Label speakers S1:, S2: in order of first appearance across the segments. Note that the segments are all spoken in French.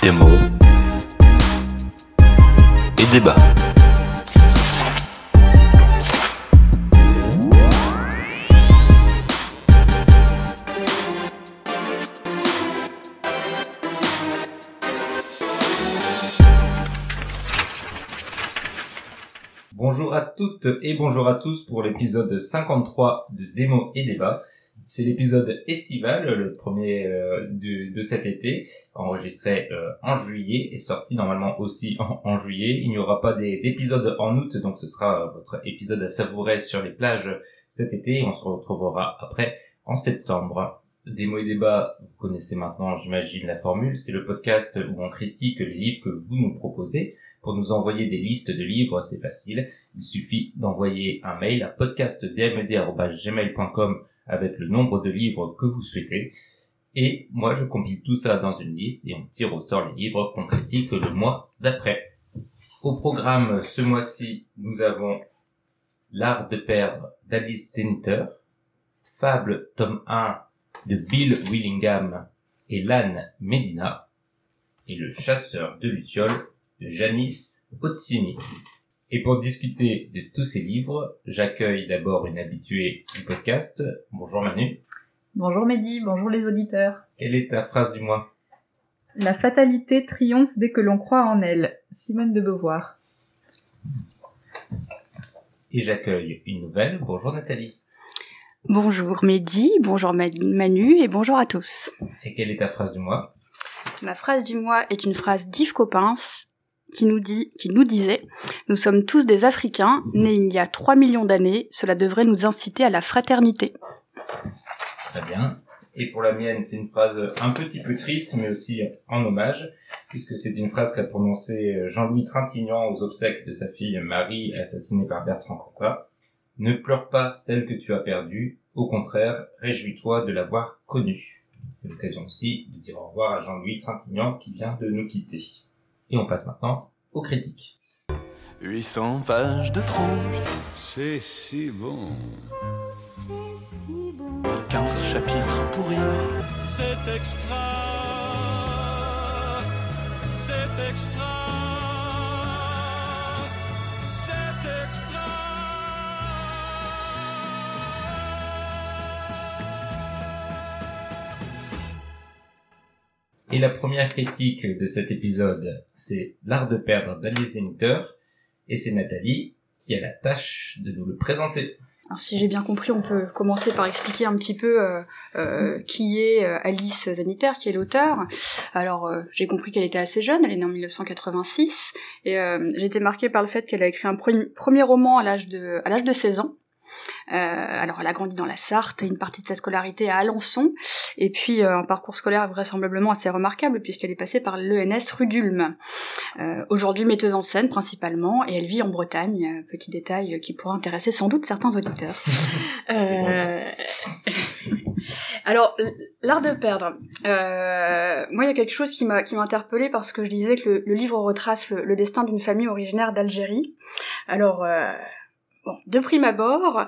S1: démo et débat.
S2: Bonjour à toutes et bonjour à tous pour l'épisode 53 de Démo et Débat. C'est l'épisode estival, le premier de cet été, enregistré en juillet et sorti normalement aussi en juillet. Il n'y aura pas d'épisode en août, donc ce sera votre épisode à savourer sur les plages cet été et on se retrouvera après en septembre. Démo et Débat, vous connaissez maintenant, j'imagine, la formule. C'est le podcast où on critique les livres que vous nous proposez. Pour nous envoyer des listes de livres, c'est facile. Il suffit d'envoyer un mail à podcastdmed@gmail.com avec le nombre de livres que vous souhaitez. Et moi, je compile tout ça dans une liste et on tire au sort les livres qu'on critique le mois d'après. Au programme, ce mois-ci, nous avons L'Art de perdre d'Alice Zeniter, Fable tome 1 de Bill Willingham et Lan Medina, et Le Chasseur de Lucioles de Janice Otsini. Et pour discuter de tous ces livres, j'accueille d'abord une habituée du podcast. Bonjour Manu.
S3: Bonjour Mehdi, bonjour les auditeurs.
S2: Quelle est ta phrase du mois ?
S3: La fatalité triomphe dès que l'on croit en elle. Simone de Beauvoir.
S2: Et j'accueille une nouvelle. Bonjour Nathalie.
S4: Bonjour Mehdi, bonjour Manu et bonjour à tous.
S2: Et quelle est ta phrase du mois ?
S4: Ma phrase du mois est une phrase d'Yves Coppens qui nous disait « Nous sommes tous des Africains, nés il y a 3 millions d'années, cela devrait nous inciter à la fraternité. »
S2: Très bien. Et pour la mienne, c'est une phrase un petit peu triste, mais aussi en hommage, puisque c'est une phrase qu'a prononcée Jean-Louis Trintignant aux obsèques de sa fille Marie, assassinée par Bertrand Cantat. « Ne pleure pas celle que tu as perdue, au contraire, réjouis-toi de l'avoir connue. » C'est l'occasion aussi de dire au revoir à Jean-Louis Trintignant qui vient de nous quitter. Et on passe maintenant aux critiques.
S1: 800 pages de trompe,
S5: C'est si bon.
S1: 15 chapitres pourris.
S5: C'est extra. C'est extra. C'est extra.
S2: Et la première critique de cet épisode, c'est L'Art de perdre d'Alice Zeniter, et c'est Nathalie qui a la tâche de nous le présenter.
S4: Alors si j'ai bien compris, on peut commencer par expliquer un petit peu qui est Alice Zeniter, qui est l'auteur. Alors j'ai compris qu'elle était assez jeune, elle est née en 1986, et j'ai été marquée par le fait qu'elle a écrit un premier roman à l'âge de 16 ans. Alors elle a grandi dans la Sarthe, une partie de sa scolarité à Alençon, et puis un parcours scolaire vraisemblablement assez remarquable puisqu'elle est passée par l'ENS rue d'Ulm. Aujourd'hui metteuse en scène principalement, et elle vit en Bretagne, petit détail qui pourra intéresser sans doute certains auditeurs. Alors, L'Art de perdre. Moi, il y a quelque chose qui m'a interpellée parce que je disais que le livre retrace le destin d'une famille originaire d'Algérie. Alors, bon, de prime abord,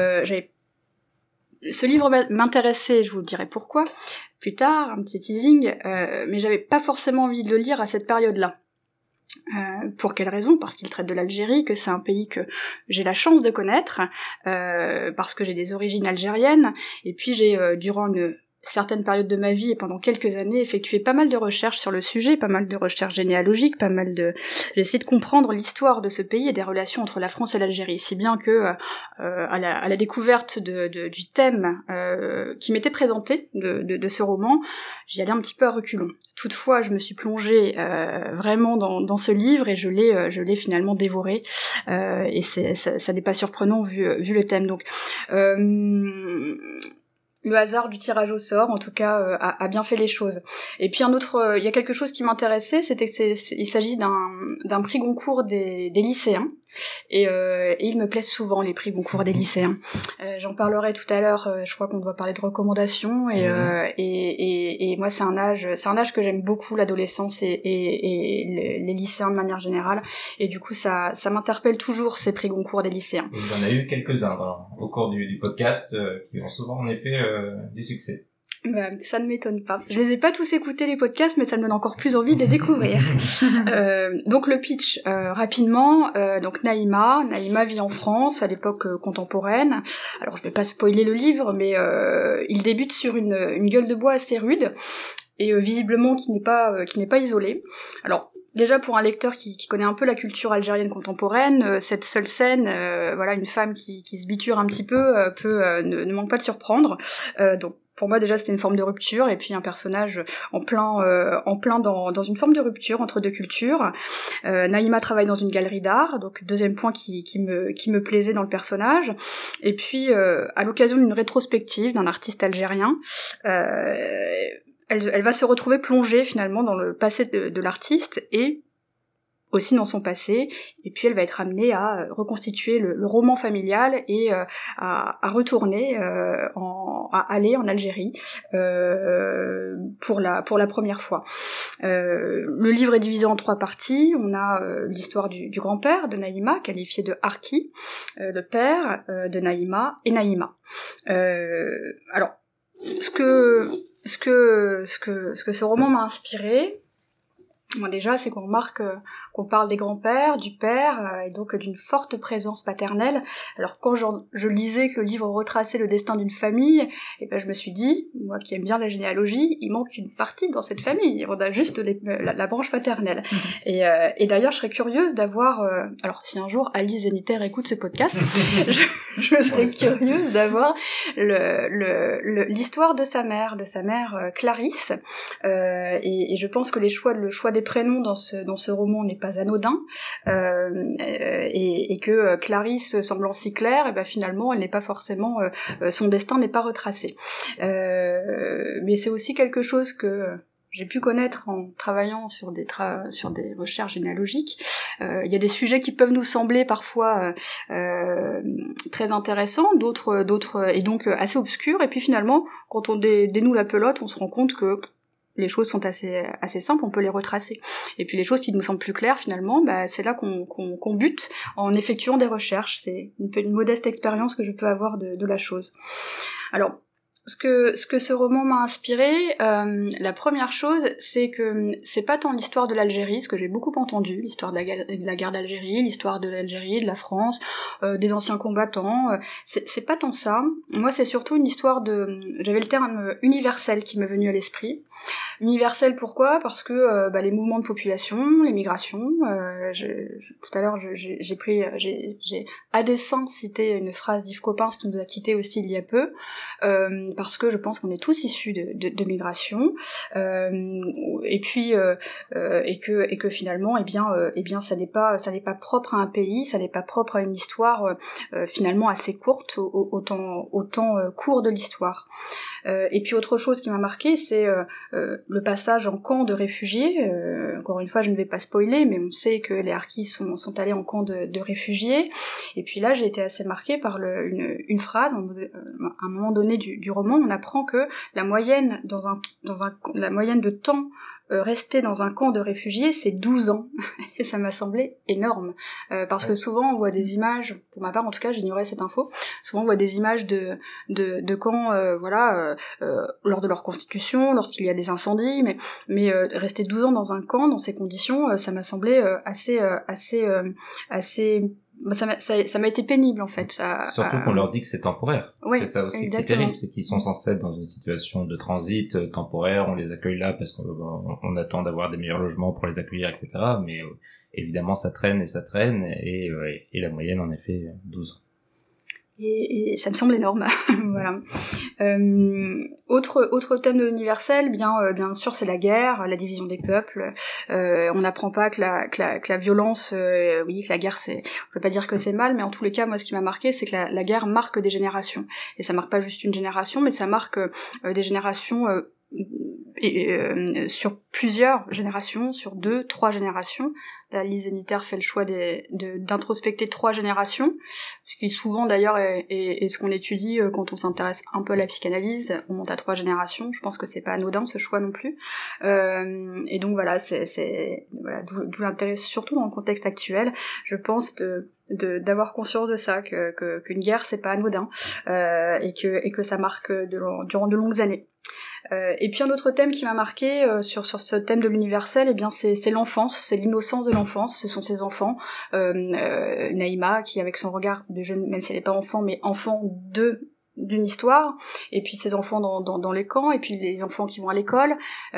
S4: ce livre m'intéressait, je vous dirai pourquoi, plus tard, un petit teasing, mais j'avais pas forcément envie de le lire à cette période-là. Pour quelle raison ? Parce qu'il traite de l'Algérie, que c'est un pays que j'ai la chance de connaître, parce que j'ai des origines algériennes, et puis j'ai, durant une certaines périodes de ma vie et pendant quelques années effectué pas mal de recherches sur le sujet, pas mal de recherches généalogiques, j'ai essayé de comprendre l'histoire de ce pays et des relations entre la France et l'Algérie, si bien que à la découverte du thème qui m'était présenté de ce roman, j'y allais un petit peu à reculons. Toutefois, je me suis plongée vraiment dans ce livre et je l'ai finalement dévoré, et ça n'est pas surprenant vu le thème. Donc le hasard du tirage au sort, en tout cas, a bien fait les choses. Et puis il y a quelque chose qui m'intéressait, c'était il s'agit d'un prix Goncourt des lycéens, et il me plaisent souvent les prix Goncourt des lycéens. J'en parlerai tout à l'heure. Je crois qu'on doit parler de recommandations, et moi c'est un âge que j'aime beaucoup, l'adolescence et les lycéens de manière générale. Et du coup ça m'interpelle toujours, ces prix Goncourt des lycéens.
S2: Il y en a eu quelques-uns au cours du podcast qui ont souvent en effet du succès.
S4: Bah, ça ne m'étonne pas. Je les ai pas tous écoutés les podcasts, mais ça me donne encore plus envie de les découvrir. Donc le pitch, rapidement, donc Naïma vit en France à l'époque contemporaine. Alors je vais pas spoiler le livre, mais il débute sur une gueule de bois assez rude et visiblement qui n'est pas isolée. Alors déjà pour un lecteur qui connaît un peu la culture algérienne contemporaine, cette seule scène, voilà, une femme qui se biture un petit peu ne manque pas de surprendre. Donc pour moi déjà c'était une forme de rupture, et puis un personnage en plein dans une forme de rupture entre deux cultures. Naïma travaille dans une galerie d'art, donc deuxième point qui me plaisait dans le personnage. Et puis à l'occasion d'une rétrospective d'un artiste algérien, elle va se retrouver plongée finalement dans le passé de l'artiste et aussi dans son passé, et puis elle va être amenée à reconstituer le roman familial et à retourner à aller en Algérie pour la première fois. Le livre est divisé en 3 parties. On a l'histoire du grand-père de Naïma, qualifié de Arki, le père de Naïma et Naïma. Alors, ce que ce roman m'a inspiré, bon, déjà, c'est qu'on remarque qu'on parle des grands-pères, du père, et donc d'une forte présence paternelle. Alors quand je lisais que le livre retraçait le destin d'une famille, et ben je me suis dit, moi qui aime bien la généalogie, il manque une partie dans cette famille, on a juste la branche paternelle. Et d'ailleurs, je serais curieuse d'avoir, alors si un jour Alice Zeniter écoute ce podcast, je serais curieuse d'avoir l'histoire de sa mère Clarisse, et je pense que le choix des prénoms dans ce roman n'est pas anodin, et que Clarisse semblant si claire, et ben finalement elle n'est pas forcément, son destin n'est pas retracé. Mais c'est aussi quelque chose que j'ai pu connaître en travaillant sur des recherches généalogiques. Il y a des sujets qui peuvent nous sembler parfois très intéressants, d'autres et donc assez obscurs, et puis finalement quand on dénoue la pelote, on se rend compte que les choses sont assez simples, on peut les retracer. Et puis les choses qui nous semblent plus claires, finalement, bah, c'est là qu'on bute en effectuant des recherches. C'est une modeste expérience que je peux avoir de la chose. Alors, ce que ce roman m'a inspiré, la première chose, c'est que c'est pas tant l'histoire de l'Algérie, ce que j'ai beaucoup entendu, l'histoire de la guerre d'Algérie, l'histoire de l'Algérie, de la France, des anciens combattants, c'est pas tant ça. Moi, c'est surtout une histoire j'avais le terme universel qui m'est venu à l'esprit. Universel, pourquoi ? Parce que les mouvements de population, les migrations, tout à l'heure j'ai à dessein cité une phrase d'Yves Coppens qui nous a quittés aussi il y a peu, parce que je pense qu'on est tous issus de migration, et puis et que finalement eh bien ça n'est pas propre à un pays, ça n'est pas propre à une histoire finalement assez courte au temps court de l'histoire. Et puis autre chose qui m'a marqué, c'est le passage en camp de réfugiés. Encore une fois, je ne vais pas spoiler, mais on sait que les Harkis sont allés en camp de réfugiés. Et puis là, j'ai été assez marquée par une phrase. À un moment donné du roman, on apprend que la moyenne la moyenne de temps rester dans un camp de réfugiés, c'est 12 ans. Et ça m'a semblé énorme. Parce que souvent, on voit des images, pour ma part en tout cas, j'ignorais cette info, souvent on voit des images de camps, lors de leur constitution, lorsqu'il y a des incendies, mais rester 12 ans dans un camp, dans ces conditions, ça m'a semblé assez ça m'a été pénible en fait.
S2: Surtout qu'on leur dit que c'est temporaire.
S4: Oui,
S2: c'est ça aussi
S4: exactement.
S2: qui est terrible, c'est qu'ils sont censés être dans une situation de transit temporaire, on les accueille là parce qu'on attend d'avoir des meilleurs logements pour les accueillir, etc. Mais évidemment ça traîne, et la moyenne en effet 12 ans.
S4: Et ça me semble énorme. Voilà. Autre thème de l'universel, bien sûr, c'est la guerre, la division des peuples. On n'apprend pas que la violence, que la guerre, je veux pas dire que c'est mal, mais en tous les cas, moi, ce qui m'a marqué, c'est que la guerre marque des générations. Et ça marque pas juste une génération, mais ça marque des générations sur plusieurs générations, sur 2-3 générations. La Lise Zeniter fait le choix d'introspecter 3 générations, ce qui souvent d'ailleurs est ce qu'on étudie quand on s'intéresse un peu à la psychanalyse, on monte à 3 générations, je pense que c'est pas anodin ce choix non plus. Et donc voilà, d'où l'intérêt, surtout dans le contexte actuel, je pense d'avoir conscience de ça, qu'une guerre c'est pas anodin, et que ça marque durant de longues années. Et puis un autre thème qui m'a marqué sur ce thème de l'universel, eh bien c'est l'enfance, c'est l'innocence de l'enfance, ce sont ces enfants. Naïma qui avec son regard de jeune, même si elle n'est pas enfant, mais enfant d'une histoire, et puis ces enfants dans les camps, et puis les enfants qui vont à l'école,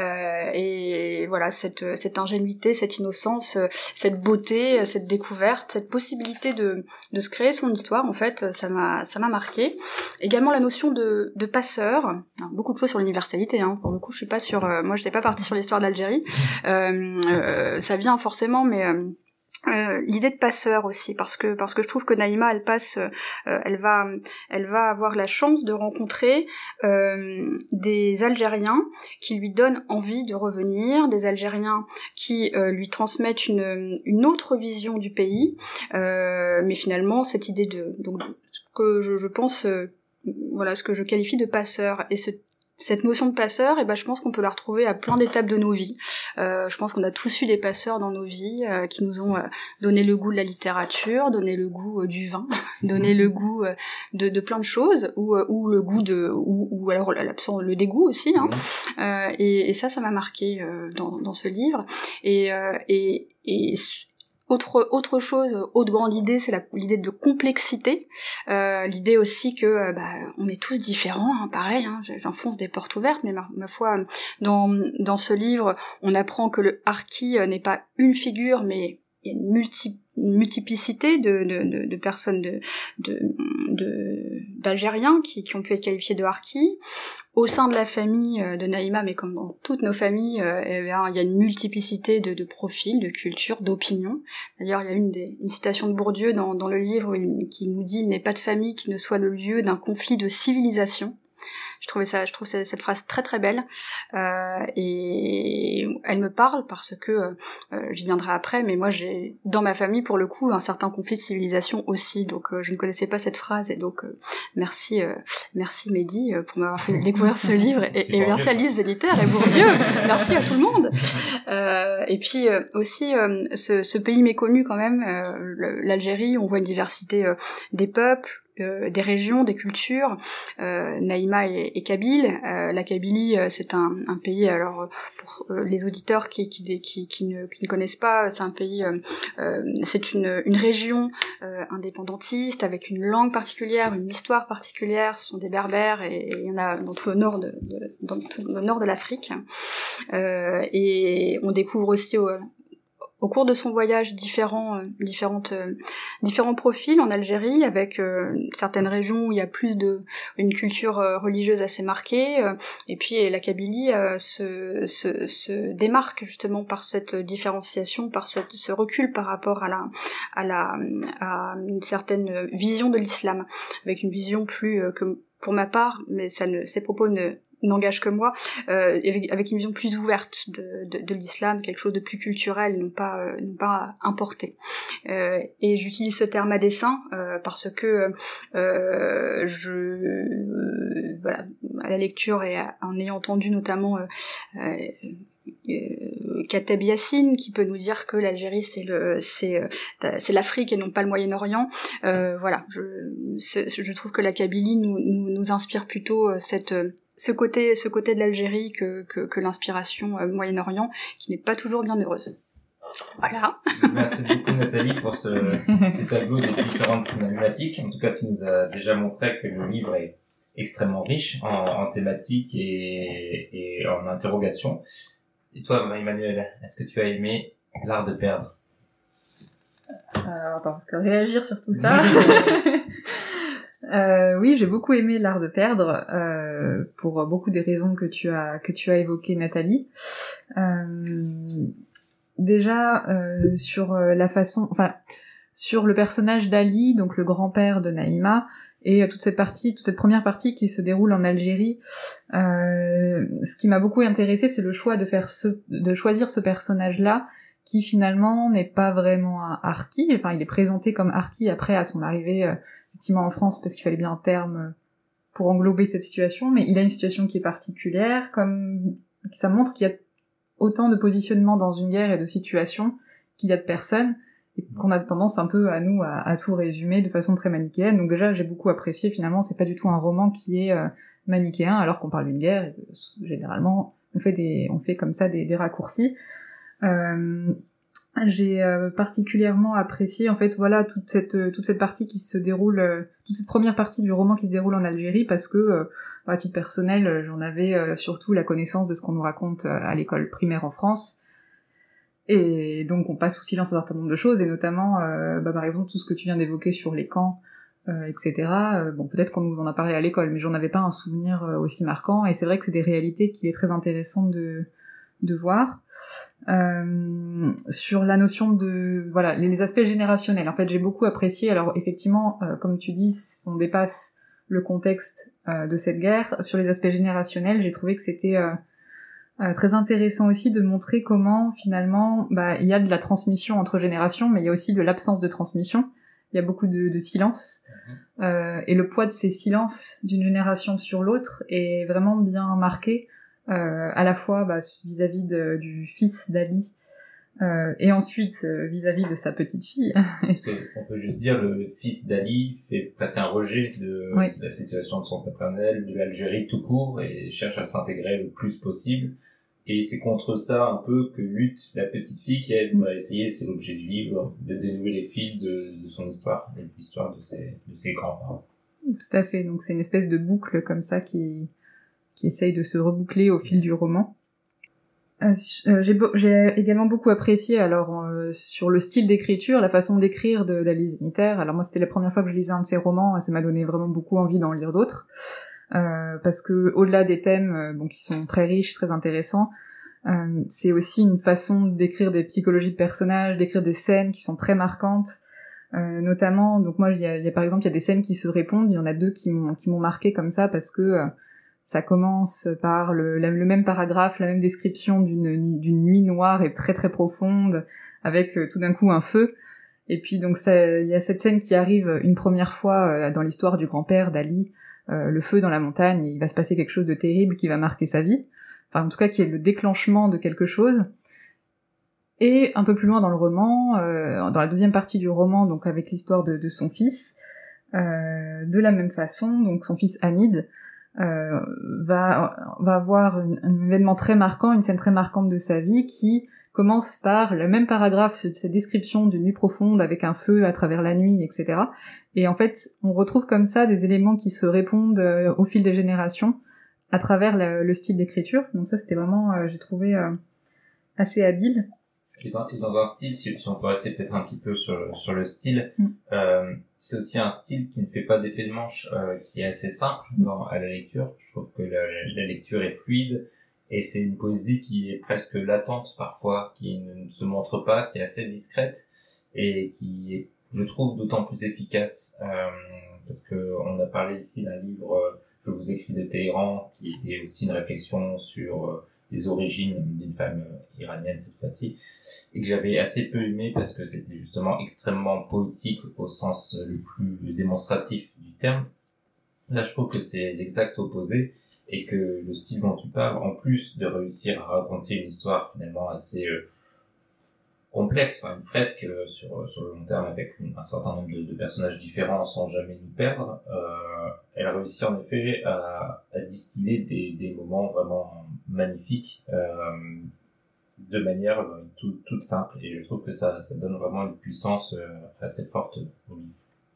S4: et voilà cette ingénuité, cette innocence, cette beauté, cette découverte, cette possibilité de se créer son histoire, en fait, ça m'a marqué. Également la notion de passeur. Alors, beaucoup de choses sur l'universalité, hein. Pour le coup je suis pas sur, moi je n'étais pas partie sur l'histoire d'Algérie, ça vient forcément, mais l'idée de passeur aussi, parce que je trouve que Naïma elle va avoir la chance de rencontrer des Algériens qui lui donnent envie de revenir, des Algériens qui lui transmettent une autre vision du pays, mais finalement cette idée donc que je pense voilà ce que je qualifie de passeur, et cette notion de passeur, et ben je pense qu'on peut la retrouver à plein d'étapes de nos vies. Je pense qu'on a tous eu des passeurs dans nos vies qui nous ont donné le goût de la littérature, donné le goût du vin, donné le goût de plein de choses, ou le goût ou alors le dégoût aussi, hein. Et ça m'a marqué dans ce livre. Et autre chose, autre grande idée, c'est l'idée de complexité, l'idée aussi que on est tous différents, hein, pareil, hein, j'enfonce des portes ouvertes, mais ma foi, dans ce livre, on apprend que le harki n'est pas une figure, mais il y a une multiplicité de personnes d'Algériens qui ont pu être qualifiés de harki. Au sein de la famille de Naïma, mais comme dans toutes nos familles, il y a une multiplicité de profils, de cultures, d'opinions. D'ailleurs, il y a une citation de Bourdieu dans le livre qui nous dit « Il n'est pas de famille qui ne soit le lieu d'un conflit de civilisation ». Je trouve cette phrase très très belle, et elle me parle parce que j'y viendrai après, mais moi j'ai dans ma famille pour le coup un certain conflit de civilisation aussi, donc je ne connaissais pas cette phrase, et donc merci Mehdi pour m'avoir fait découvrir ce livre, et merci à Lise Zénitaire et Bourdieu, merci à tout le monde. Et puis aussi ce pays méconnu quand même, l'Algérie, on voit une diversité des peuples, des régions, des cultures. Naïma est kabyle. La Kabylie, c'est un pays, alors pour les auditeurs qui ne connaissent pas, c'est un pays, c'est une région indépendantiste avec une langue particulière, une histoire particulière. Ce sont des Berbères, et il y en a dans tout le nord de l'Afrique. Et on découvre aussi au cours de son voyage différents profils en Algérie, avec certaines régions où il y a plus une culture religieuse assez marquée, et puis la Kabylie se démarque justement par cette différenciation, par ce recul par rapport à une certaine vision de l'islam, avec une vision plus que pour ma part, mais ces propos n'engage que moi, avec une vision plus ouverte de l'islam, quelque chose de plus culturel, non pas importé. Et j'utilise ce terme à dessein parce que voilà, à la lecture et en ayant entendu notamment Kateb Yassine qui peut nous dire que l'Algérie c'est l'Afrique et non pas le Moyen-Orient. Voilà, je trouve que la Kabylie nous inspire plutôt ce côté de l'Algérie que l'inspiration Moyen-Orient, qui n'est pas toujours bien heureuse. Voilà.
S2: Merci beaucoup Nathalie pour ce tableau des différentes thématiques. En tout cas, tu nous as déjà montré que le livre est extrêmement riche en thématiques et en interrogations. Et toi, Emmanuel, est-ce que tu as aimé L'art de perdre?
S3: Attends, parce que réagir sur tout ça... oui, j'ai beaucoup aimé L'art de perdre, pour beaucoup des raisons que tu as évoquées, Nathalie. Déjà, sur sur le personnage d'Ali, donc le grand-père de Naïma, et toute cette première partie qui se déroule en Algérie, ce qui m'a beaucoup intéressée, c'est le choix de choisir ce personnage-là, qui finalement n'est pas vraiment un harki. Enfin, il est présenté comme harki après à son arrivée effectivement en France, parce qu'il fallait bien un terme pour englober cette situation, mais il a une situation qui est particulière, comme ça montre qu'il y a autant de positionnements dans une guerre et de situations qu'il y a de personnes, et qu'on a tendance un peu à tout résumer de façon très manichéenne. Donc déjà, j'ai beaucoup apprécié, finalement, c'est pas du tout un roman qui est manichéen, alors qu'on parle d'une guerre, et que, généralement, on fait comme ça des raccourcis. J'ai particulièrement apprécié, en fait, voilà, toute cette partie qui se déroule, toute cette première partie du roman qui se déroule en Algérie, parce que, à titre personnel, j'en avais surtout la connaissance de ce qu'on nous raconte à l'école primaire en France. Et donc on passe sous silence un certain nombre de choses, et notamment, par exemple, tout ce que tu viens d'évoquer sur les camps, etc. Bon, peut-être qu'on nous en a parlé à l'école, mais j'en avais pas un souvenir aussi marquant, et c'est vrai que c'est des réalités qu'il est très intéressant de voir. Sur la notion de... Voilà, les aspects générationnels, en fait, j'ai beaucoup apprécié. Alors, effectivement, comme tu dis, on dépasse le contexte de cette guerre. Sur les aspects générationnels, j'ai trouvé que c'était... très intéressant aussi de montrer comment, finalement, il y a de la transmission entre générations, mais il y a aussi de l'absence de transmission. Il y a beaucoup de silence. Et le poids de ces silences d'une génération sur l'autre est vraiment bien marqué, à la fois vis-à-vis du fils d'Ali, et ensuite vis-à-vis de sa petite fille.
S2: On peut juste dire le fils d'Ali fait presque un rejet de la situation de son paternel, de l'Algérie tout court, et cherche à s'intégrer le plus possible. Et c'est contre ça un peu que lutte la petite fille qui, elle, va essayer, c'est l'objet du livre, de dénouer les fils de son histoire et de l'histoire de ses grands-parents.
S3: Tout à fait, donc c'est une espèce de boucle comme ça qui essaye de se reboucler au fil du roman. J'ai également beaucoup apprécié sur le style d'écriture, la façon d'écrire d'Ali Zeniter. Alors moi c'était la première fois que je lisais un de ses romans, ça m'a donné vraiment beaucoup envie d'en lire d'autres. Parce que au-delà des thèmes qui sont très riches, très intéressants, c'est aussi une façon d'écrire des psychologies de personnages, d'écrire des scènes qui sont très marquantes, notamment. Donc moi, il y a par exemple, il y a des scènes qui se répondent. Il y en a deux qui m'ont marqué comme ça parce que ça commence par le même paragraphe, la même description d'une nuit noire et très très profonde, avec tout d'un coup un feu. Et puis donc il y a cette scène qui arrive une première fois dans l'histoire du grand-père d'Ali. Le feu dans la montagne, et il va se passer quelque chose de terrible qui va marquer sa vie, enfin en tout cas qui est le déclenchement de quelque chose. Et un peu plus loin dans le roman, dans la deuxième partie du roman, donc avec l'histoire de son fils, de la même façon, donc son fils Hamid va avoir un événement très marquant, une scène très marquante de sa vie qui commence par le même paragraphe, cette description d'une nuit profonde avec un feu à travers la nuit, etc. Et en fait, on retrouve comme ça des éléments qui se répondent au fil des générations à travers le style d'écriture. Donc ça, c'était vraiment, j'ai trouvé assez habile.
S2: Et dans un style, si on peut rester peut-être un petit peu sur le style, c'est aussi un style qui ne fait pas d'effet de manche, qui est assez simple à la lecture. Je trouve que la lecture est fluide. Et c'est une poésie qui est presque latente parfois, qui ne se montre pas, qui est assez discrète et qui est, je trouve, d'autant plus efficace, parce que on a parlé ici d'un livre, Je vous écris de Téhéran, qui est aussi une réflexion sur les origines d'une femme iranienne cette fois-ci, et que j'avais assez peu aimé parce que c'était justement extrêmement poétique au sens le plus démonstratif du terme. Là, je trouve que c'est l'exact opposé. Et que le style dont tu parles, en plus de réussir à raconter une histoire finalement assez complexe, enfin une fresque sur le long terme avec un certain nombre de personnages différents sans jamais nous perdre, elle réussit en effet à distiller des moments vraiment magnifiques de manière toute simple. Et je trouve que ça donne vraiment une puissance assez forte au livre.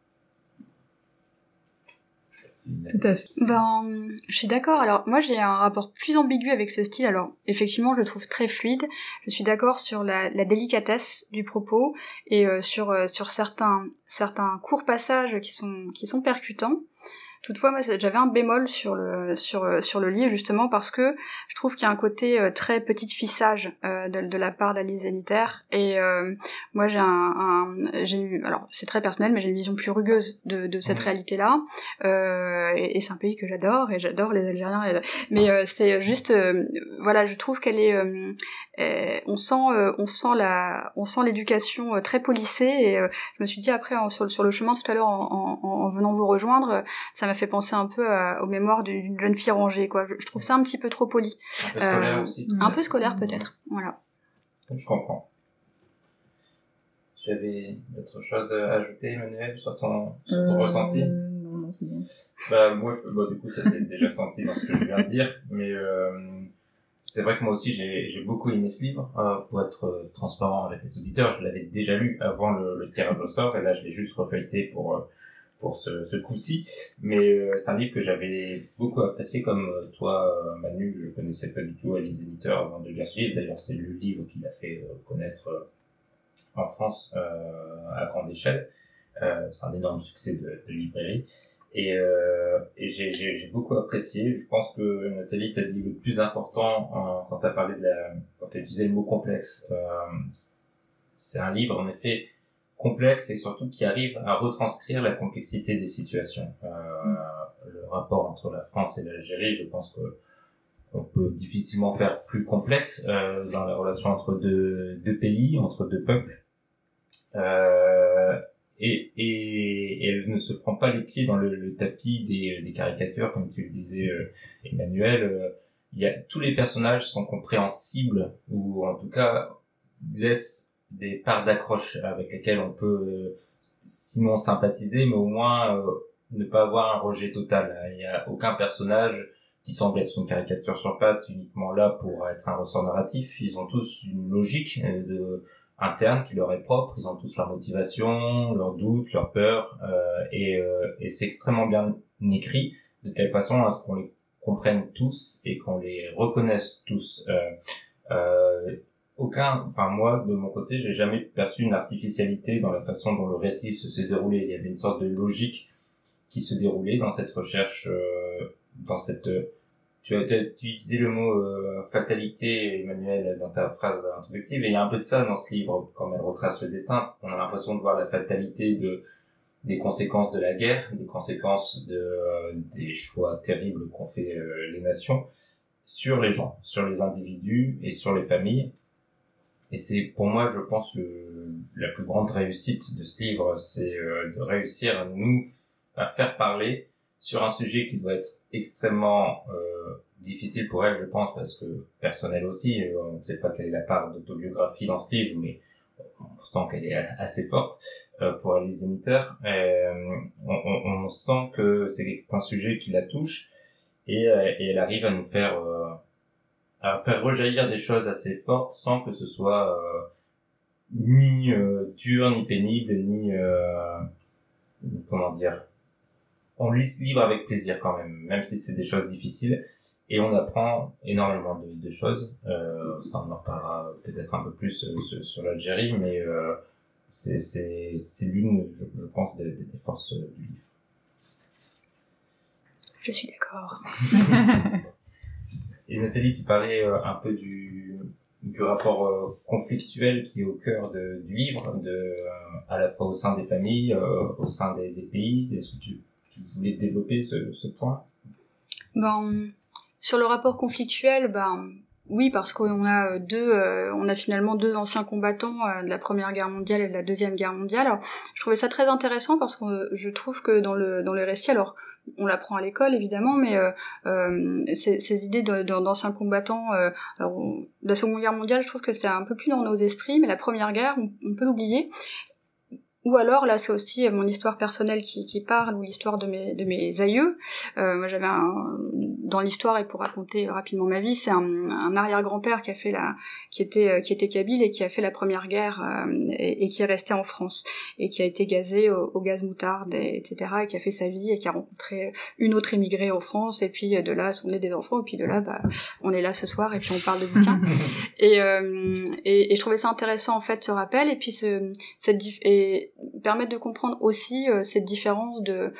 S3: Tout à fait.
S4: Je suis d'accord. Alors, moi, j'ai un rapport plus ambigu avec ce style. Alors, effectivement, je le trouve très fluide. Je suis d'accord sur la délicatesse du propos et sur certains courts passages qui sont percutants. Toutefois, moi, j'avais un bémol sur le livre, justement, parce que je trouve qu'il y a un côté très petite fissage de la part d'Ali Zeniter. Et moi, j'ai eu, alors c'est très personnel, mais j'ai une vision plus rugueuse de cette réalité-là. Et c'est un pays que j'adore, et j'adore les Algériens. Mais c'est juste, voilà, je trouve qu'elle est, on sent l'éducation très polissée. Et je me suis dit après sur le chemin tout à l'heure en venant vous rejoindre, ça m'a fait penser un peu aux mémoires d'une jeune fille rangée, quoi. Je trouve ça un petit peu trop poli.
S2: Un peu scolaire aussi.
S4: Un peu scolaire peut-être, voilà.
S2: Je comprends. Tu avais d'autres choses à ajouter, Emmanuel, sur ton ressenti?
S3: Non, c'est bon.
S2: Moi, du coup, ça s'est déjà senti dans ce que je viens de dire, mais c'est vrai que moi aussi, j'ai beaucoup aimé ce livre. Pour être transparent avec les auditeurs, je l'avais déjà lu avant le tirage au sort, et là, je l'ai juste refeuilleté pour ce coup-ci. Mais c'est un livre que j'avais beaucoup apprécié, comme toi, Manu. Je connaissais pas du tout les éditeurs avant de lire ce livre. D'ailleurs, c'est le livre qui l'a fait connaître en France à grande échelle. C'est un énorme succès de librairie. Et j'ai beaucoup apprécié. Je pense que Nathalie t'a dit le plus important quand t'as parlé quand t'as utilisé le mot complexe. C'est un livre en effet complexe et surtout qui arrive à retranscrire la complexité des situations. Le rapport entre la France et l'Algérie, je pense que on peut difficilement faire plus complexe dans la relation entre deux pays, entre deux peuples. Et elle ne se prend pas les pieds dans le tapis des caricatures, comme tu le disais, Emmanuel. Tous les personnages sont compréhensibles, ou en tout cas laissent des parts d'accroche avec lesquelles on peut sinon sympathiser, mais au moins ne pas avoir un rejet total. Il n'y a aucun personnage qui semble être une caricature sur pattes, uniquement là pour être un ressort narratif. Ils ont tous une logique interne qui leur est propre. Ils ont tous leur motivation, leurs doutes, leurs peurs, et c'est extrêmement bien écrit de telle façon à ce qu'on les comprenne tous et qu'on les reconnaisse tous. Moi, de mon côté, j'ai jamais perçu une artificialité dans la façon dont le récit s'est déroulé. Il y avait une sorte de logique qui se déroulait dans cette recherche, dans cette... Tu utilisé le mot fatalité, Emmanuel, dans ta phrase introductive, et il y a un peu de ça dans ce livre, quand elle retrace le destin. On a l'impression de voir la fatalité des conséquences de la guerre, des conséquences des choix terribles qu'ont fait les nations sur les gens, sur les individus et sur les familles. Et c'est pour moi, je pense, la plus grande réussite de ce livre, c'est de réussir à faire parler sur un sujet qui doit être extrêmement difficile pour elle, je pense, parce que personnel aussi. On ne sait pas quelle est la part d'autobiographie dans ce livre, mais on sent qu'elle est assez forte pour les éditeurs. On sent que c'est un sujet qui la touche et elle arrive à nous faire rejaillir des choses assez fortes sans que ce soit ni dur, ni pénible, ni comment dire. On lit ce livre avec plaisir quand même si c'est des choses difficiles, et on apprend énormément de choses. Ça, on en reparlera peut-être un peu plus sur l'Algérie, mais c'est l'une, je pense, des forces du livre.
S4: Je suis d'accord.
S2: Et Nathalie, tu parlais un peu du rapport conflictuel qui est au cœur du livre, à la fois au sein des familles, au sein des pays. Est-ce que tu voulais développer ce point?
S4: Sur le rapport conflictuel, oui, parce qu'on a on a finalement deux anciens combattants de la Première Guerre mondiale et de la Deuxième Guerre mondiale. Alors, je trouvais ça très intéressant parce que je trouve que dans le récit, alors on l'apprend à l'école évidemment, mais ces idées d'anciens combattants, la Seconde Guerre mondiale, je trouve que c'est un peu plus dans nos esprits, mais la Première Guerre, on peut l'oublier. Ou alors, là, c'est aussi mon histoire personnelle qui parle, ou l'histoire de mes aïeux. Moi, j'avais dans l'histoire, et pour raconter rapidement ma vie, c'est un arrière-grand-père qui était kabyle et qui a fait la Première Guerre, et qui est resté en France, et qui a été gazé au gaz moutarde, etc., et qui a fait sa vie, et qui a rencontré une autre immigrée en France, et puis de là sont nés des enfants, et puis de là, on est là ce soir, et puis on parle de bouquins. Et je trouvais ça intéressant, en fait, ce rappel, et puis permettre de comprendre aussi cette différence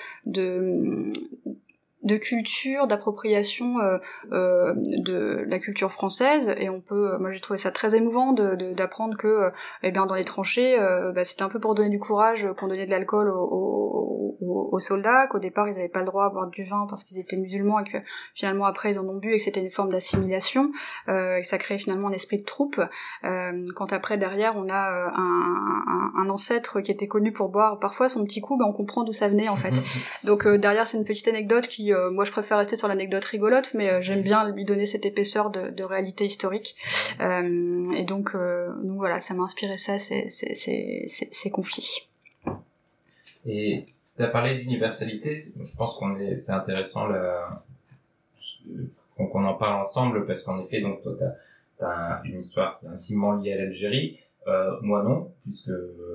S4: de culture, d'appropriation de la culture française, et moi j'ai trouvé ça très émouvant d'apprendre que dans les tranchées, c'était un peu pour donner du courage qu'on donnait de l'alcool aux soldats, qu'au départ ils n'avaient pas le droit à boire du vin parce qu'ils étaient musulmans, et que finalement après ils en ont bu, et que c'était une forme d'assimilation, et que ça créait finalement un esprit de troupe, quand après derrière on a un ancêtre qui était connu pour boire parfois son petit coup, on comprend d'où ça venait en fait. Donc derrière c'est une petite anecdote qui moi je préfère rester sur l'anecdote rigolote, mais j'aime bien lui donner cette épaisseur de réalité historique. Et donc voilà, ça m'a inspiré ça, ces conflits.
S2: Et tu as parlé d'universalité, je pense c'est intéressant qu'on en parle ensemble, parce qu'en effet, donc toi t'as une histoire qui est intimement liée à l'Algérie, moi non, puisque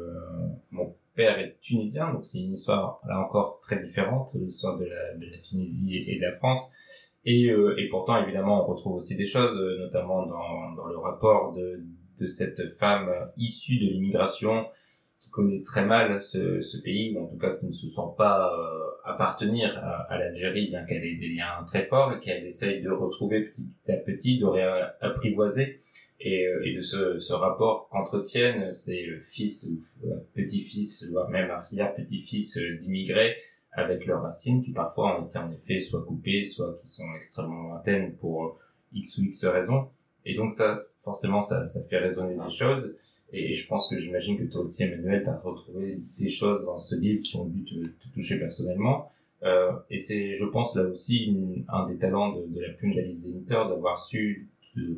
S2: mon père est tunisien, donc c'est une histoire là encore très différente, l'histoire de la Tunisie et de la France, et pourtant évidemment on retrouve aussi des choses, notamment dans le rapport de cette femme issue de l'immigration, qui connaît très mal ce pays, ou en tout cas qui ne se sent pas appartenir à l'Algérie, bien qu'elle ait des liens très forts, et qu'elle essaye de retrouver petit à petit, de réapprivoiser, et de ce rapport qu'entretiennent ces fils ou petits-fils, voire même arrière-petits-fils d'immigrés, avec leurs racines, qui parfois ont été en effet soit coupées, soit qui sont extrêmement lointaines pour X ou X raisons. Et donc ça, forcément, ça fait résonner des choses. Et je pense que j'imagine que toi aussi, Emmanuel, t'as retrouvé des choses dans ce livre qui ont dû te toucher personnellement. Et c'est, je pense, là aussi, un des talents de la plume d'Alice Zeniter, d'avoir su,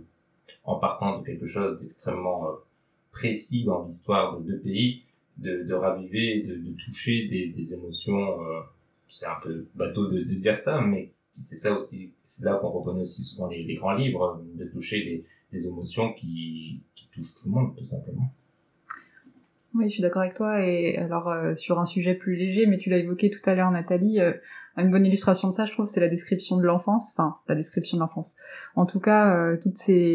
S2: en partant de quelque chose d'extrêmement précis dans l'histoire de deux pays, de raviver, de toucher des émotions. C'est un peu bateau de dire ça, mais c'est ça aussi, c'est là qu'on reconnaît aussi souvent les grands livres, de toucher des émotions qui touchent tout le monde, tout simplement.
S3: Oui, je suis d'accord avec toi. Et alors, sur un sujet plus léger, mais tu l'as évoqué tout à l'heure, Nathalie, une bonne illustration de ça, je trouve, c'est la description de l'enfance. Enfin, la description de l'enfance. En tout cas, tous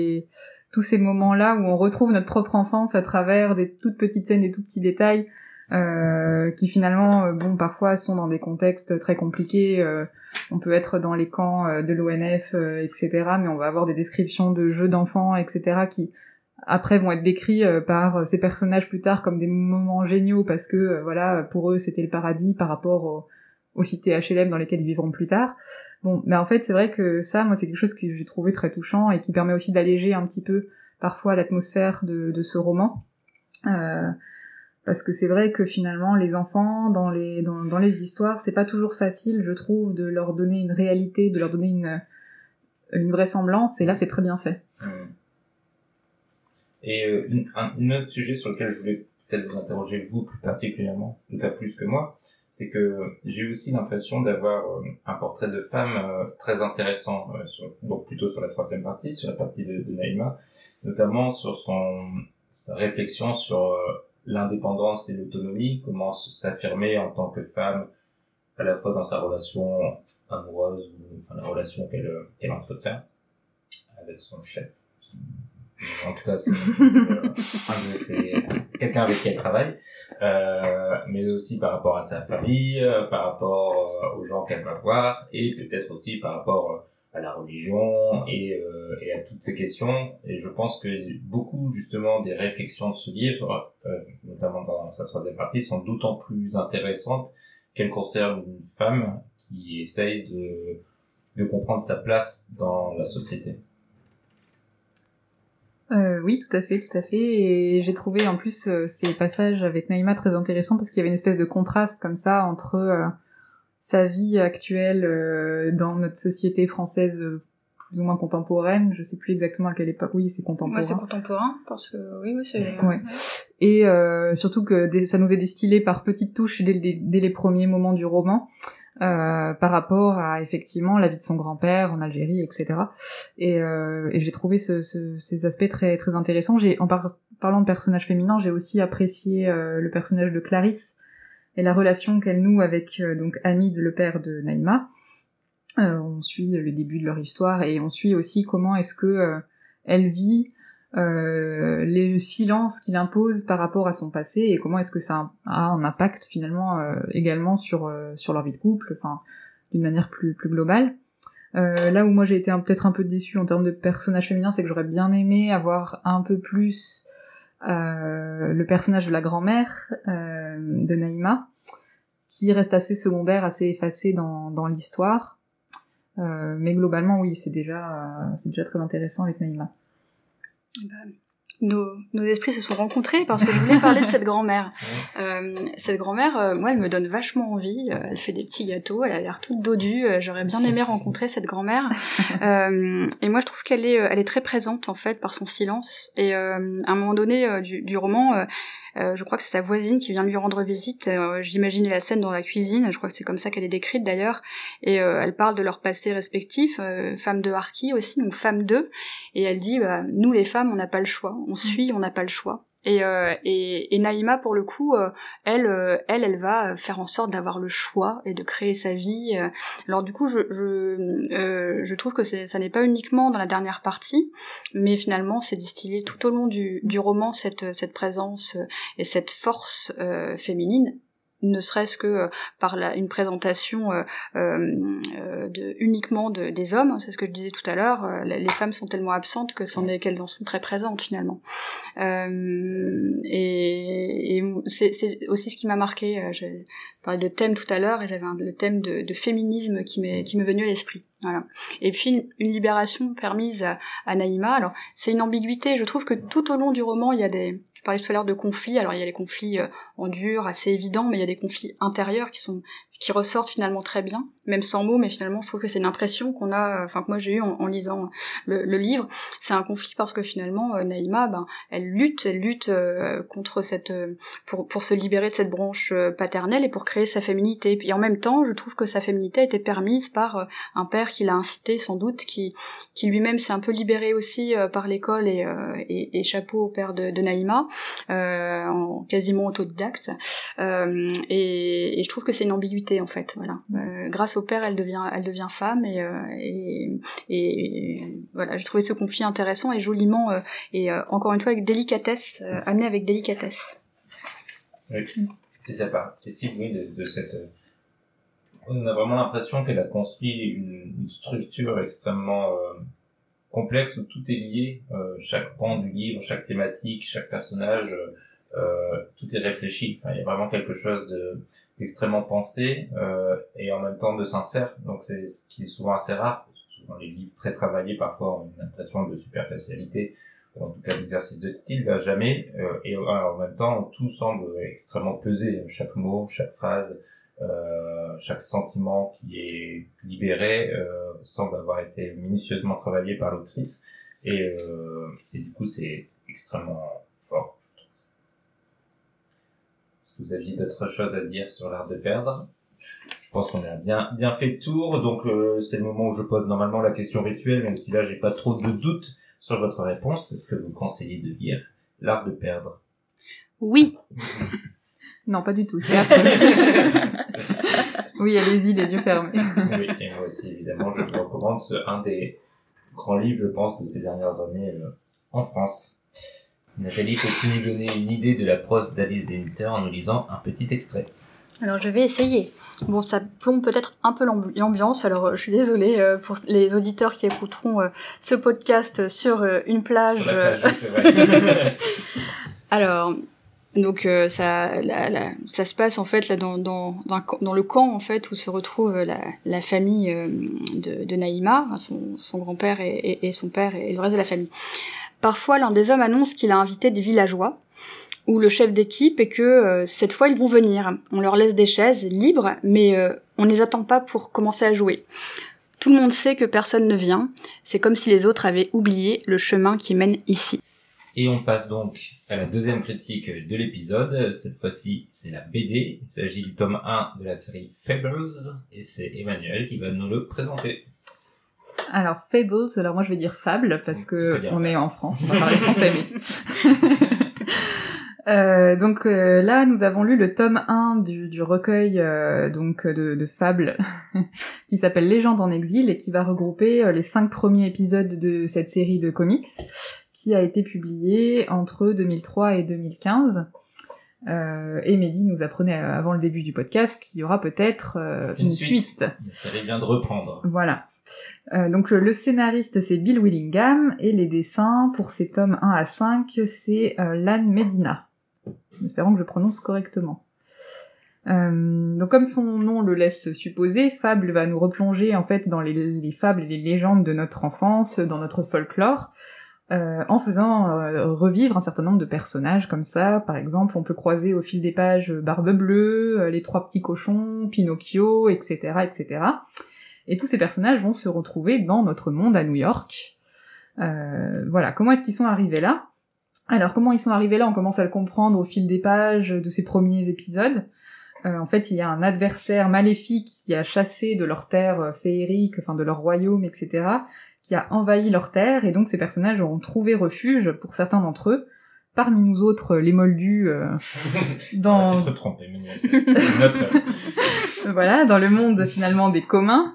S3: ces moments-là où on retrouve notre propre enfance à travers des toutes petites scènes, des tout petits détails, qui finalement, parfois sont dans des contextes très compliqués. On peut être dans les camps de l'ONF, etc., mais on va avoir des descriptions de jeux d'enfants, etc., qui après vont être décrits par ces personnages plus tard comme des moments géniaux, parce que voilà, pour eux c'était le paradis par rapport aux cités HLM dans lesquelles ils vivront plus tard. Bon, mais en fait c'est vrai que ça, moi c'est quelque chose que j'ai trouvé très touchant et qui permet aussi d'alléger un petit peu parfois l'atmosphère de ce roman. Parce que c'est vrai que finalement les enfants dans les histoires, c'est pas toujours facile, je trouve, de leur donner une réalité, de leur donner une vraisemblance, et là c'est très bien fait.
S2: Et un autre sujet sur lequel je voulais peut-être vous interroger, vous plus particulièrement, en tout cas plus que moi, c'est que j'ai eu aussi l'impression d'avoir un portrait de femme très intéressant, donc plutôt sur la troisième partie, sur la partie de Naïma, notamment sur sa réflexion sur l'indépendance et l'autonomie, comment s'affirmer en tant que femme, à la fois dans sa relation amoureuse, enfin la relation qu'elle entretient avec son chef. En tout cas, c'est quelqu'un avec qui elle travaille, mais aussi par rapport à sa famille, par rapport aux gens qu'elle va voir, et peut-être aussi par rapport à la religion et à toutes ces questions. Et je pense que beaucoup justement des réflexions de ce livre, notamment dans sa troisième partie, sont d'autant plus intéressantes qu'elles concernent une femme qui essaye de comprendre sa place dans la société.
S3: Oui, tout à fait. Et j'ai trouvé en plus ces passages avec Naïma très intéressants parce qu'il y avait une espèce de contraste comme ça entre sa vie actuelle dans notre société française plus ou moins contemporaine. Je sais plus exactement à quelle époque. Oui, c'est contemporain.
S4: Ouais, c'est contemporain parce que oui, c'est.
S3: Ouais. Et surtout que ça nous est distillé par petites touches dès les premiers moments du roman. Par rapport à effectivement la vie de son grand-père en Algérie, etc. Et j'ai trouvé ces aspects très très intéressants. Parlant de personnages féminins, j'ai aussi apprécié le personnage de Clarisse et la relation qu'elle noue avec donc Hamid, le père de Naïma. On suit le début de leur histoire et on suit aussi comment est-ce que elle vit le silence qu'il impose par rapport à son passé et comment est-ce que ça a un impact finalement également sur leur vie de couple, enfin d'une manière plus globale. Là où moi j'ai été peut-être un peu déçue en termes de personnages féminins, c'est que j'aurais bien aimé avoir un peu plus le personnage de la grand-mère de Naïma, qui reste assez secondaire, assez effacé dans l'histoire. Mais globalement oui, c'est déjà très intéressant avec Naïma.
S4: nos esprits se sont rencontrés parce que je voulais parler de cette grand-mère. Cette grand-mère, moi, elle me donne vachement envie. Elle fait des petits gâteaux, elle a l'air toute dodue. J'aurais bien aimé rencontrer cette grand-mère. Et moi, je trouve qu'elle est très présente, en fait, par son silence. Et à un moment donné du roman... je crois que c'est sa voisine qui vient lui rendre visite. J'imagine la scène dans la cuisine. Je crois que c'est comme ça qu'elle est décrite d'ailleurs. Et elle parle de leur passé respectif. Femme de Harki aussi, donc femme d'eux. Et elle dit, nous les femmes, on n'a pas le choix. On suit, on n'a pas le choix. Et Naïma, pour le coup, elle va faire en sorte d'avoir le choix et de créer sa vie. Alors du coup, je trouve que ça n'est pas uniquement dans la dernière partie, mais finalement, c'est distillé tout au long du roman, cette présence et cette force féminine, ne serait-ce que par une présentation uniquement des hommes, hein, c'est ce que je disais tout à l'heure, les femmes sont tellement absentes qu'elles en sont très présentes finalement. Et c'est aussi ce qui m'a marqué, j'ai parlé de thème tout à l'heure, et j'avais le thème de féminisme qui m'est venu à l'esprit. Voilà. Et puis une libération permise à Naïma. Alors c'est une ambiguïté, je trouve que tout au long du roman, il y a tu parlais tout à l'heure de conflits, alors il y a les conflits en dur, assez évidents, mais il y a des conflits intérieurs qui ressortent finalement très bien, même sans mots, mais finalement je trouve que c'est une impression qu'on a, que moi j'ai eu en lisant le livre. C'est un conflit parce que finalement Naïma, elle lutte contre pour se libérer de cette branche paternelle et pour créer sa féminité. Et en même temps, je trouve que sa féminité a été permise par un père qui l'a incité sans doute, qui lui-même s'est un peu libéré aussi par l'école et chapeau au père de Naïma, en quasiment autodidacte. Et je trouve que c'est une ambiguïté en fait, voilà. Grâce au père, elle devient femme et voilà, j'ai trouvé ce conflit intéressant et joliment et encore une fois avec délicatesse, amené avec délicatesse.
S2: Oui, et ça participe, oui, de cette. On a vraiment l'impression qu'elle a construit une structure extrêmement complexe où tout est lié, chaque pan du livre, chaque thématique, chaque personnage. Tout est réfléchi. Enfin, il y a vraiment quelque chose d'extrêmement pensé et en même temps de sincère. Donc c'est ce qui est souvent assez rare. Souvent les livres très travaillés parfois ont une impression de superficialité, ou en tout cas d'exercice de style, jamais. Et en même temps tout semble extrêmement pesé. Chaque mot, chaque phrase, chaque sentiment qui est libéré semble avoir été minutieusement travaillé par l'autrice. Et du coup c'est extrêmement fort. Vous aviez d'autres choses à dire sur l'art de perdre? Je pense qu'on a bien fait le tour, donc c'est le moment où je pose normalement la question rituelle, même si là j'ai pas trop de doutes sur votre réponse. Est-ce que vous conseillez de lire l'art de perdre?
S4: Oui.
S3: Non, pas du tout. C'est oui, allez-y, les yeux fermés.
S2: Oui, et moi aussi évidemment, je vous recommande un des grands livres, je pense, de ces dernières années en France. Nathalie, peux-tu nous donner une idée de la prose d'Alice Zeniter en nous lisant un petit extrait?
S4: Alors je vais essayer. Bon, ça plombe peut-être un peu l'ambiance, alors je suis désolée pour les auditeurs qui écouteront ce podcast sur une plage.
S2: Sur la plage, c'est vrai.
S4: Alors, donc ça se passe en fait là dans le camp en fait où se retrouve la famille de Naïma, son grand-père et son père et le reste de la famille. Parfois, l'un des hommes annonce qu'il a invité des villageois ou le chef d'équipe et que cette fois ils vont venir. On leur laisse des chaises libres, mais on ne les attend pas pour commencer à jouer. Tout le monde sait que personne ne vient. C'est comme si les autres avaient oublié le chemin qui mène ici.
S2: Et on passe donc à la deuxième critique de l'épisode. Cette fois-ci, c'est la BD. Il s'agit du tome 1 de la série Fables et c'est Emmanuel qui va nous le présenter.
S3: Alors, Fables, alors moi je vais dire Fable, parce que on est en France, on va parler français, mais... donc là, nous avons lu le tome 1 du recueil donc de fables qui s'appelle Légende en exil et qui va regrouper les 5 premiers épisodes de cette série de comics qui a été publiée entre 2003 et 2015. Et Mehdi nous apprenait avant le début du podcast qu'il y aura peut-être une suite.
S2: Ça vient de reprendre.
S3: Voilà. Donc le scénariste c'est Bill Willingham et les dessins pour ces tomes 1 à 5 c'est Lan Medina. Espérons que je prononce correctement. Donc comme son nom le laisse supposer, Fable va nous replonger en fait dans les fables et les légendes de notre enfance, dans notre folklore, en faisant revivre un certain nombre de personnages comme ça. Par exemple, on peut croiser au fil des pages Barbe Bleue, les 3 petits cochons, Pinocchio, etc., etc. Et tous ces personnages vont se retrouver dans notre monde à New York. Voilà, comment est-ce qu'ils sont arrivés là ? Alors, comment ils sont arrivés là ? On commence à le comprendre au fil des pages de ces premiers épisodes. En fait, il y a un adversaire maléfique qui a chassé de leur terre féerique, enfin de leur royaume, etc., qui a envahi leur terre, et donc ces personnages auront trouvé refuge, pour certains d'entre eux, parmi nous autres, les moldus, dans...
S2: Tu te trompes, Emmanuel, c'est notre...
S3: Voilà, dans le monde finalement des communs.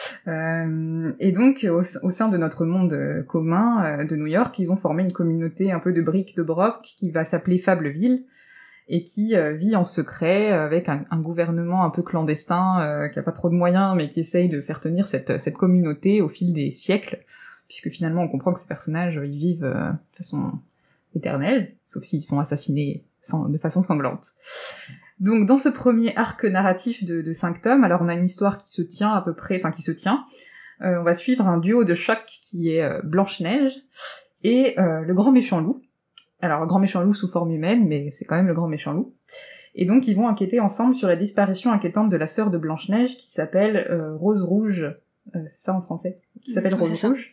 S3: Et donc, au sein de notre monde commun de New York, ils ont formé une communauté un peu de briques de broc qui va s'appeler Fableville, et qui vit en secret avec un gouvernement un peu clandestin qui a pas trop de moyens mais qui essaye de faire tenir cette communauté au fil des siècles, puisque finalement on comprend que ces personnages ils vivent de façon éternelle, sauf s'ils sont assassinés de façon sanglante. Donc dans ce premier arc narratif de 5 tomes, alors on a une histoire qui se tient à peu près, enfin qui se tient, on va suivre un duo de choc qui est Blanche-Neige et le grand méchant loup. Alors, le grand méchant loup sous forme humaine, mais c'est quand même le grand méchant loup. Et donc, ils vont enquêter ensemble sur la disparition inquiétante de la sœur de Blanche-Neige, qui s'appelle Rose Rouge. C'est ça en français ? Qui s'appelle Rose Rouge.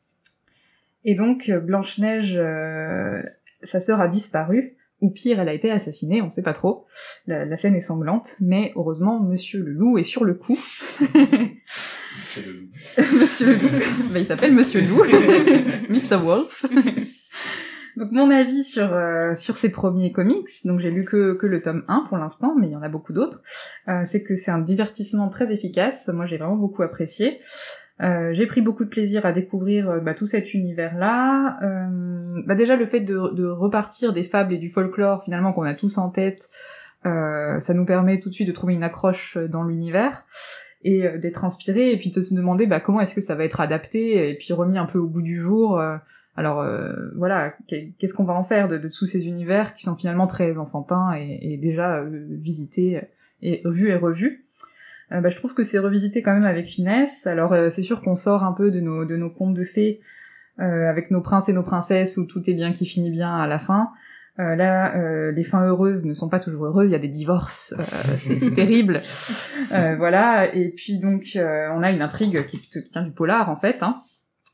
S3: Et donc, Blanche-Neige, sa sœur a disparu, ou pire, elle a été assassinée, on sait pas trop. La scène est sanglante, mais heureusement, Monsieur le Loup est sur le coup.
S2: Monsieur le Loup.
S3: Monsieur le Loup. Bah, il s'appelle Monsieur Loup. Mr. Wolf. Donc mon avis sur ces premiers comics, donc j'ai lu que le tome 1 pour l'instant, mais il y en a beaucoup d'autres, c'est que c'est un divertissement très efficace, moi j'ai vraiment beaucoup apprécié. J'ai pris beaucoup de plaisir à découvrir tout cet univers-là. Déjà le fait de repartir des fables et du folklore finalement qu'on a tous en tête, ça nous permet tout de suite de trouver une accroche dans l'univers et d'être inspiré, et puis de se demander comment est-ce que ça va être adapté, et puis remis un peu au goût du jour. Alors voilà, qu'est-ce qu'on va en faire de tous ces univers qui sont finalement très enfantins et déjà visités et vus et revus. Je trouve que c'est revisité quand même avec finesse. Alors c'est sûr qu'on sort un peu de nos contes de fées avec nos princes et nos princesses où tout est bien qui finit bien à la fin. Là, les fins heureuses ne sont pas toujours heureuses, il y a des divorces, c'est terrible. Voilà, et puis donc on a une intrigue qui tient du polar en fait, hein.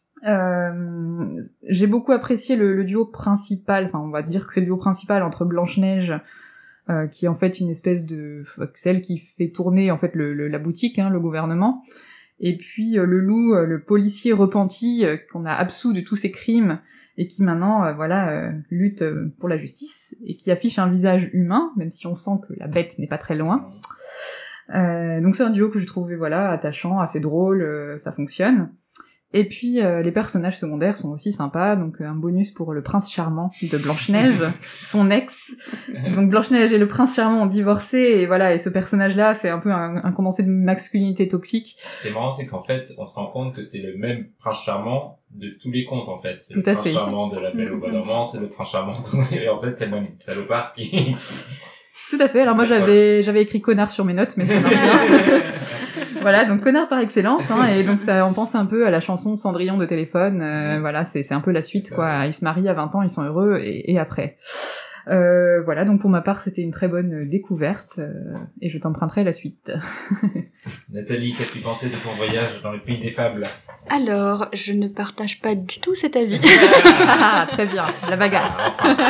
S3: J'ai beaucoup apprécié le duo principal, enfin on va dire que c'est le duo principal entre Blanche-Neige, qui est en fait une espèce de celle qui fait tourner en fait la boutique, hein, le gouvernement, et puis le loup, le policier repenti qu'on a absous de tous ses crimes et qui maintenant lutte pour la justice et qui affiche un visage humain, même si on sent que la bête n'est pas très loin. Donc c'est un duo que je trouvais attachant, assez drôle, ça fonctionne. Et puis les personnages secondaires sont aussi sympas, donc un bonus pour le prince charmant de Blanche-Neige, son ex. Donc Blanche-Neige et le prince charmant ont divorcé, et voilà, et ce personnage-là, c'est un peu un condensé de masculinité toxique.
S2: Ce qui est marrant, c'est qu'en fait, on se rend compte que c'est le même prince charmant de tous les contes, en fait. C'est
S3: tout
S2: le
S3: à
S2: prince
S3: fait.
S2: Charmant de La Belle au Bois dormant, c'est le prince charmant et en fait, c'est le même salopard qui...
S3: Tout à fait, alors moi j'avais écrit connard sur mes notes, mais ça marche bien. Voilà, donc connard par excellence, hein, et donc ça, on pense un peu à la chanson Cendrillon de Téléphone, voilà, c'est un peu la suite, quoi. Ils se marient à 20 ans, ils sont heureux, et après. Voilà, donc pour ma part, c'était une très bonne découverte, et je t'emprunterai la suite.
S2: Nathalie, qu'as-tu pensé de ton voyage dans le pays des fables?
S4: Alors, je ne partage pas du tout cet avis.
S3: Ah, très bien, la bagarre.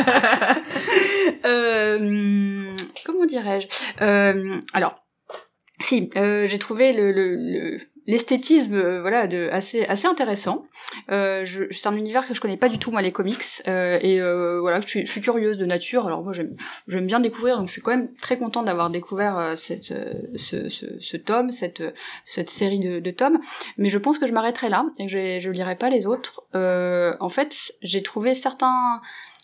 S4: Comment dirais-je alors, si, j'ai trouvé l'esthétisme assez intéressant. C'est un univers que je connais pas du tout, moi, les comics, voilà, je suis curieuse de nature. Alors moi j'aime bien découvrir, donc je suis quand même très contente d'avoir découvert ce tome, cette série de tomes, mais je pense que je m'arrêterai là et que je lirai pas les autres. En fait, j'ai trouvé certains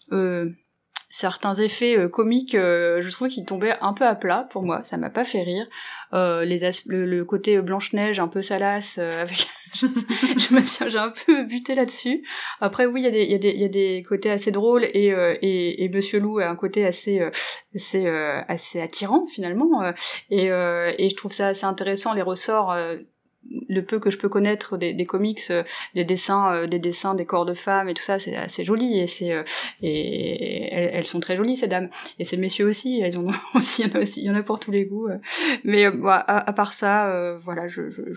S4: effets comiques, je trouvais qu'ils tombaient un peu à plat pour moi, ça m'a pas fait rire. Le côté Blanche-Neige un peu salace, avec j'ai un peu buté là-dessus. Après oui, il y a des côtés assez drôles et Monsieur Loup a un côté assez attirant finalement, et je trouve ça assez intéressant, les ressorts le peu que je peux connaître des comics, des dessins, des corps de femmes et tout ça, c'est assez joli et elles sont très jolies ces dames. Et ces messieurs aussi, elles en ont aussi, il y en a pour tous les goûts. Mais à part ça, voilà,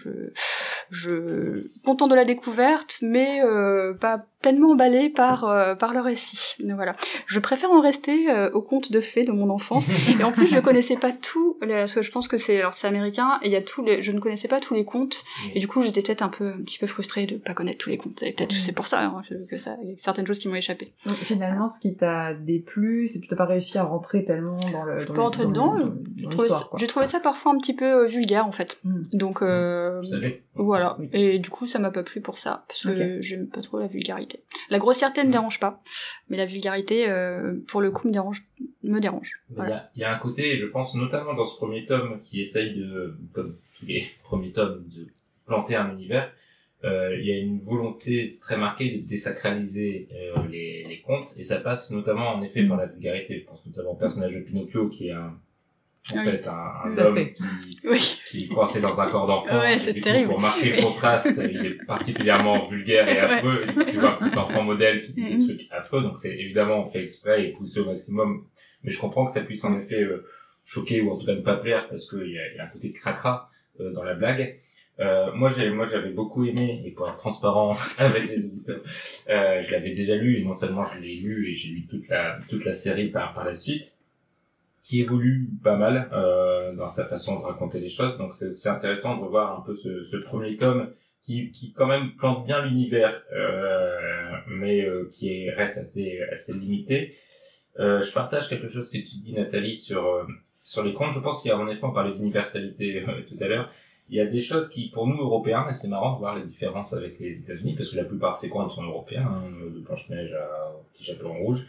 S4: je content de la découverte, mais pas pleinement emballée par le récit. Donc, voilà. Je préfère en rester aux contes de fées de mon enfance. Et en plus, je connaissais pas tout, parce que je pense que c'est américain, et il y a je ne connaissais pas tous les contes, et du coup, j'étais peut-être un petit peu frustrée de pas connaître tous les contes. Et peut-être c'est pour ça, hein, il y a certaines choses qui m'ont échappé.
S3: Donc, finalement, ce qui t'a déplu, c'est que t'as pas réussi à rentrer tellement dans le.
S4: Pas rentrer dedans. J'ai trouvé ça parfois un petit peu vulgaire, en fait. Donc, voilà.
S2: Oui.
S4: Et du coup, ça m'a pas plu pour ça, parce que j'aime pas trop la vulgarité. La grossièreté ne dérange pas, mais la vulgarité, pour le coup, me dérange. Voilà.
S2: Il y a un côté, je pense, notamment dans ce premier tome, qui essaye comme tous les premiers tomes, de planter un univers. Il y a une volonté très marquée de désacraliser les contes, et ça passe notamment, en effet, par la vulgarité. Je pense notamment au personnage de Pinocchio, qui est un homme qui est coincé dans un corps d'enfant.
S4: Ouais, c'est terrible.
S2: Pour marquer le contraste, il est particulièrement vulgaire et affreux. Et du coup, tu vois un petit enfant modèle qui dit des trucs affreux. Donc c'est évidemment, on fait exprès et poussé au maximum. Mais je comprends que ça puisse en effet choquer ou en tout cas ne pas plaire, parce qu'il y a un côté cracra dans la blague. Moi j'avais beaucoup aimé, et pour être transparent avec les auditeurs, je l'avais déjà lu, et non seulement je l'ai lu, et j'ai lu toute la série par la suite, qui évolue pas mal dans sa façon de raconter les choses. Donc c'est intéressant de voir un peu ce premier tome qui quand même plante bien l'univers, mais qui reste assez limité. Je partage quelque chose que tu dis, Nathalie, sur les contes. Je pense qu'il y a, en effet, on parlait d'universalité tout à l'heure, il y a des choses qui, pour nous Européens, et c'est marrant de voir les différences avec les États-Unis, parce que la plupart de ces contes sont européens, hein, de Blanche-Neige à Petit Chaperon Rouge.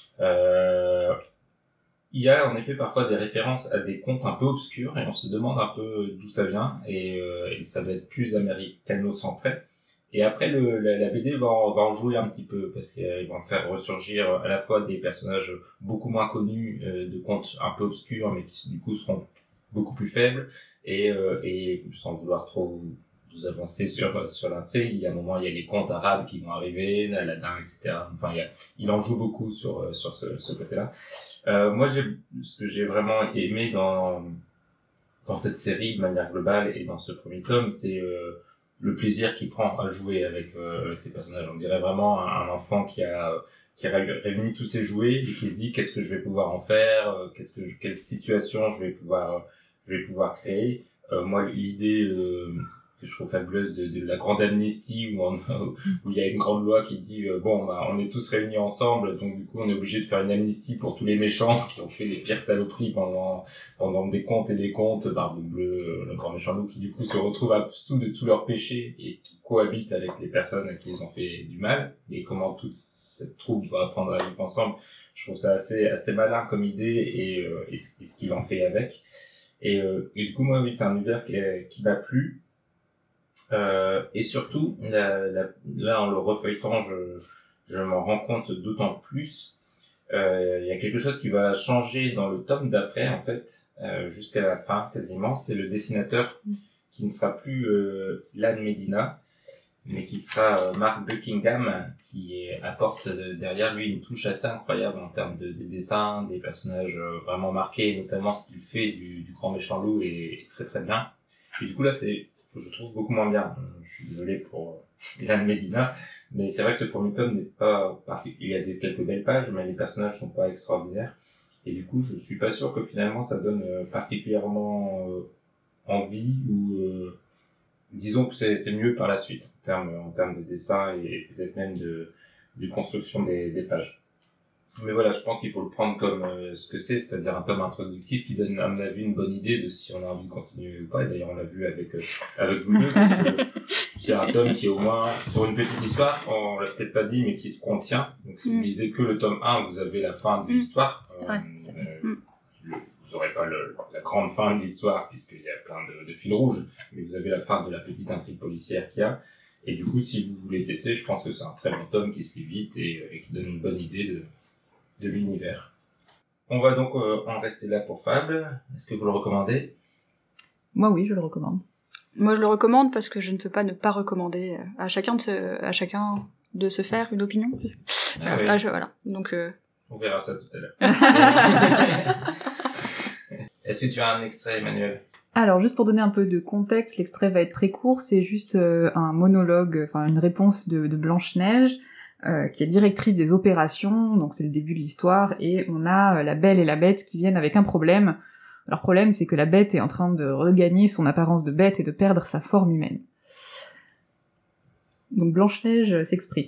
S2: Il y a en effet parfois des références à des contes un peu obscurs, et on se demande un peu d'où ça vient, et ça doit être plus américano-centré. Et après, la BD va en jouer un petit peu, parce qu'ils vont faire ressurgir à la fois des personnages beaucoup moins connus, de contes un peu obscurs, mais qui du coup seront beaucoup plus faibles, et sans vouloir trop vous avancer sur l'intrigue, il y a un moment, il y a les contes arabes qui vont arriver, Aladdin, etc. Enfin, il en joue beaucoup sur ce côté-là. Moi, ce que j'ai vraiment aimé dans cette série de manière globale et dans ce premier tome, c'est le plaisir qu'il prend à jouer avec ces personnages. On dirait vraiment un enfant qui a réuni tous ses jouets et qui se dit qu'est-ce que je vais pouvoir en faire, quelle situation je vais pouvoir créer. Moi, l'idée que je trouve fabuleuse de la grande amnistie où il y a une grande loi qui dit on est tous réunis ensemble, donc du coup on est obligé de faire une amnistie pour tous les méchants qui ont fait les pires saloperies pendant des contes et des contes, Barbe Bleue, le grand méchant loup, qui du coup se retrouvent absous de tous leurs péchés et qui cohabitent avec les personnes à qui ils ont fait du mal, et comment toute cette troupe doit apprendre à vivre ensemble. Je trouve ça assez malin comme idée, et ce qu'il en fait avec. Et du coup, moi, oui, c'est un univers qui m'a plu. Et surtout, là, en le refeuilletant, je m'en rends compte d'autant plus. Il y a quelque chose qui va changer dans le tome d'après, en fait, jusqu'à la fin, quasiment. C'est le dessinateur qui ne sera plus Lan Medina, mais qui sera Mark Buckingham, qui apporte derrière lui une touche assez incroyable en termes de dessins, des personnages vraiment marqués, notamment ce qu'il fait du grand méchant loup est très très bien. Et du coup là, je trouve beaucoup moins bien. Je suis désolé pour Lan Medina, mais c'est vrai que ce premier tome n'est pas particulier. Il y a quelques belles pages, mais les personnages sont pas extraordinaires. Et du coup, je suis pas sûr que finalement ça donne particulièrement envie, ou disons que c'est mieux par la suite en termes de dessin et peut-être même de construction des pages. Mais voilà, je pense qu'il faut le prendre comme ce que c'est-à-dire un tome introductif qui donne à mon avis une bonne idée de si on a envie de continuer ou pas. Et d'ailleurs, on l'a vu avec vous deux, parce que c'est un tome qui est au moins sur une petite histoire, on l'a peut-être pas dit, mais qui se contient. Donc si vous lisez que le tome 1, vous avez la fin de l'histoire. Vous n'aurez pas la grande fin de l'histoire, puisqu'il y a plein de fils rouges, mais vous avez la fin de la petite intrigue policière qu'il y a. Et du coup, si vous voulez tester, je pense que c'est un très bon tome qui se lit vite et qui donne une bonne idée de l'univers. On va donc en rester là pour Fable. Est-ce que vous le recommandez ?
S3: Moi oui, je le recommande.
S4: Moi, je le recommande parce que je ne peux pas ne pas recommander à chacun de se faire une opinion.
S2: Ah oui.
S4: Voilà. Donc,
S2: On verra ça tout à l'heure. Est-ce que tu as un extrait, Emmanuel?
S3: Alors, juste pour donner un peu de contexte, l'extrait va être très court, c'est juste un monologue, enfin une réponse de Blanche-Neige, qui est directrice des opérations, donc c'est le début de l'histoire, et on a la Belle et la Bête qui viennent avec un problème. Leur problème, c'est que la Bête est en train de regagner son apparence de bête et de perdre sa forme humaine. Donc Blanche-Neige s'exprime.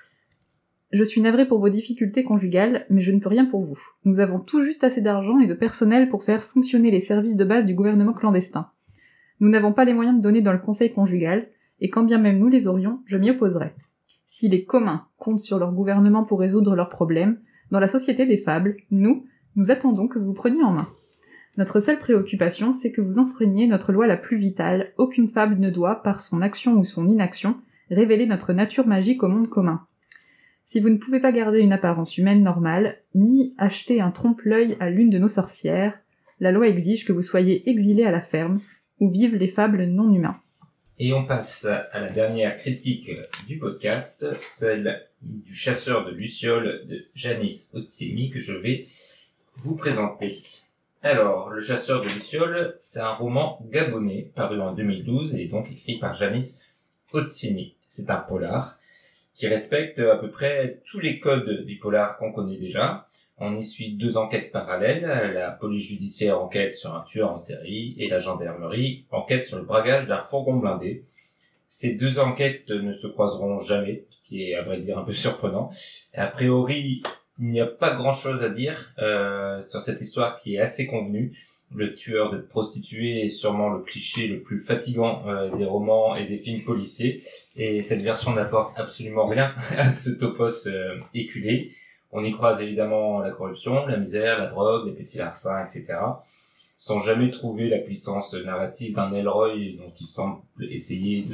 S3: Je suis navrée pour vos difficultés conjugales, mais je ne peux rien pour vous. Nous avons tout juste assez d'argent et de personnel pour faire fonctionner les services de base du gouvernement clandestin. Nous n'avons pas les moyens de donner dans le conseil conjugal, et quand bien même nous les aurions, je m'y opposerais. Si les communs comptent sur leur gouvernement pour résoudre leurs problèmes, dans la société des fables, nous attendons que vous vous preniez en main. Notre seule préoccupation, c'est que vous enfreigniez notre loi la plus vitale. Aucune fable ne doit, par son action ou son inaction, révéler notre nature magique au monde commun. Si vous ne pouvez pas garder une apparence humaine normale, ni acheter un trompe-l'œil à l'une de nos sorcières, la loi exige que vous soyez exilés à la ferme, où vivent les fables non humains.
S2: Et on passe à la dernière critique du podcast, celle du chasseur de lucioles de Janice Otsimi, que je vais vous présenter. Alors, Le chasseur de lucioles, c'est un roman gabonais paru en 2012 et donc écrit par Janice Otsimi. C'est un polar qui respecte à peu près tous les codes du polar qu'on connaît déjà. On y suit 2 enquêtes parallèles, la police judiciaire enquête sur un tueur en série et la gendarmerie enquête sur le braquage d'un fourgon blindé. Ces 2 enquêtes ne se croiseront jamais, ce qui est à vrai dire un peu surprenant. A priori, il n'y a pas grand-chose à dire sur cette histoire qui est assez convenue. Le tueur de prostituées est sûrement le cliché le plus fatigant des romans et des films policiers, et cette version n'apporte absolument rien à ce topos éculé. On y croise évidemment la corruption, la misère, la drogue, les petits larcins, etc., sans jamais trouver la puissance narrative d'un Elroy dont il semble essayer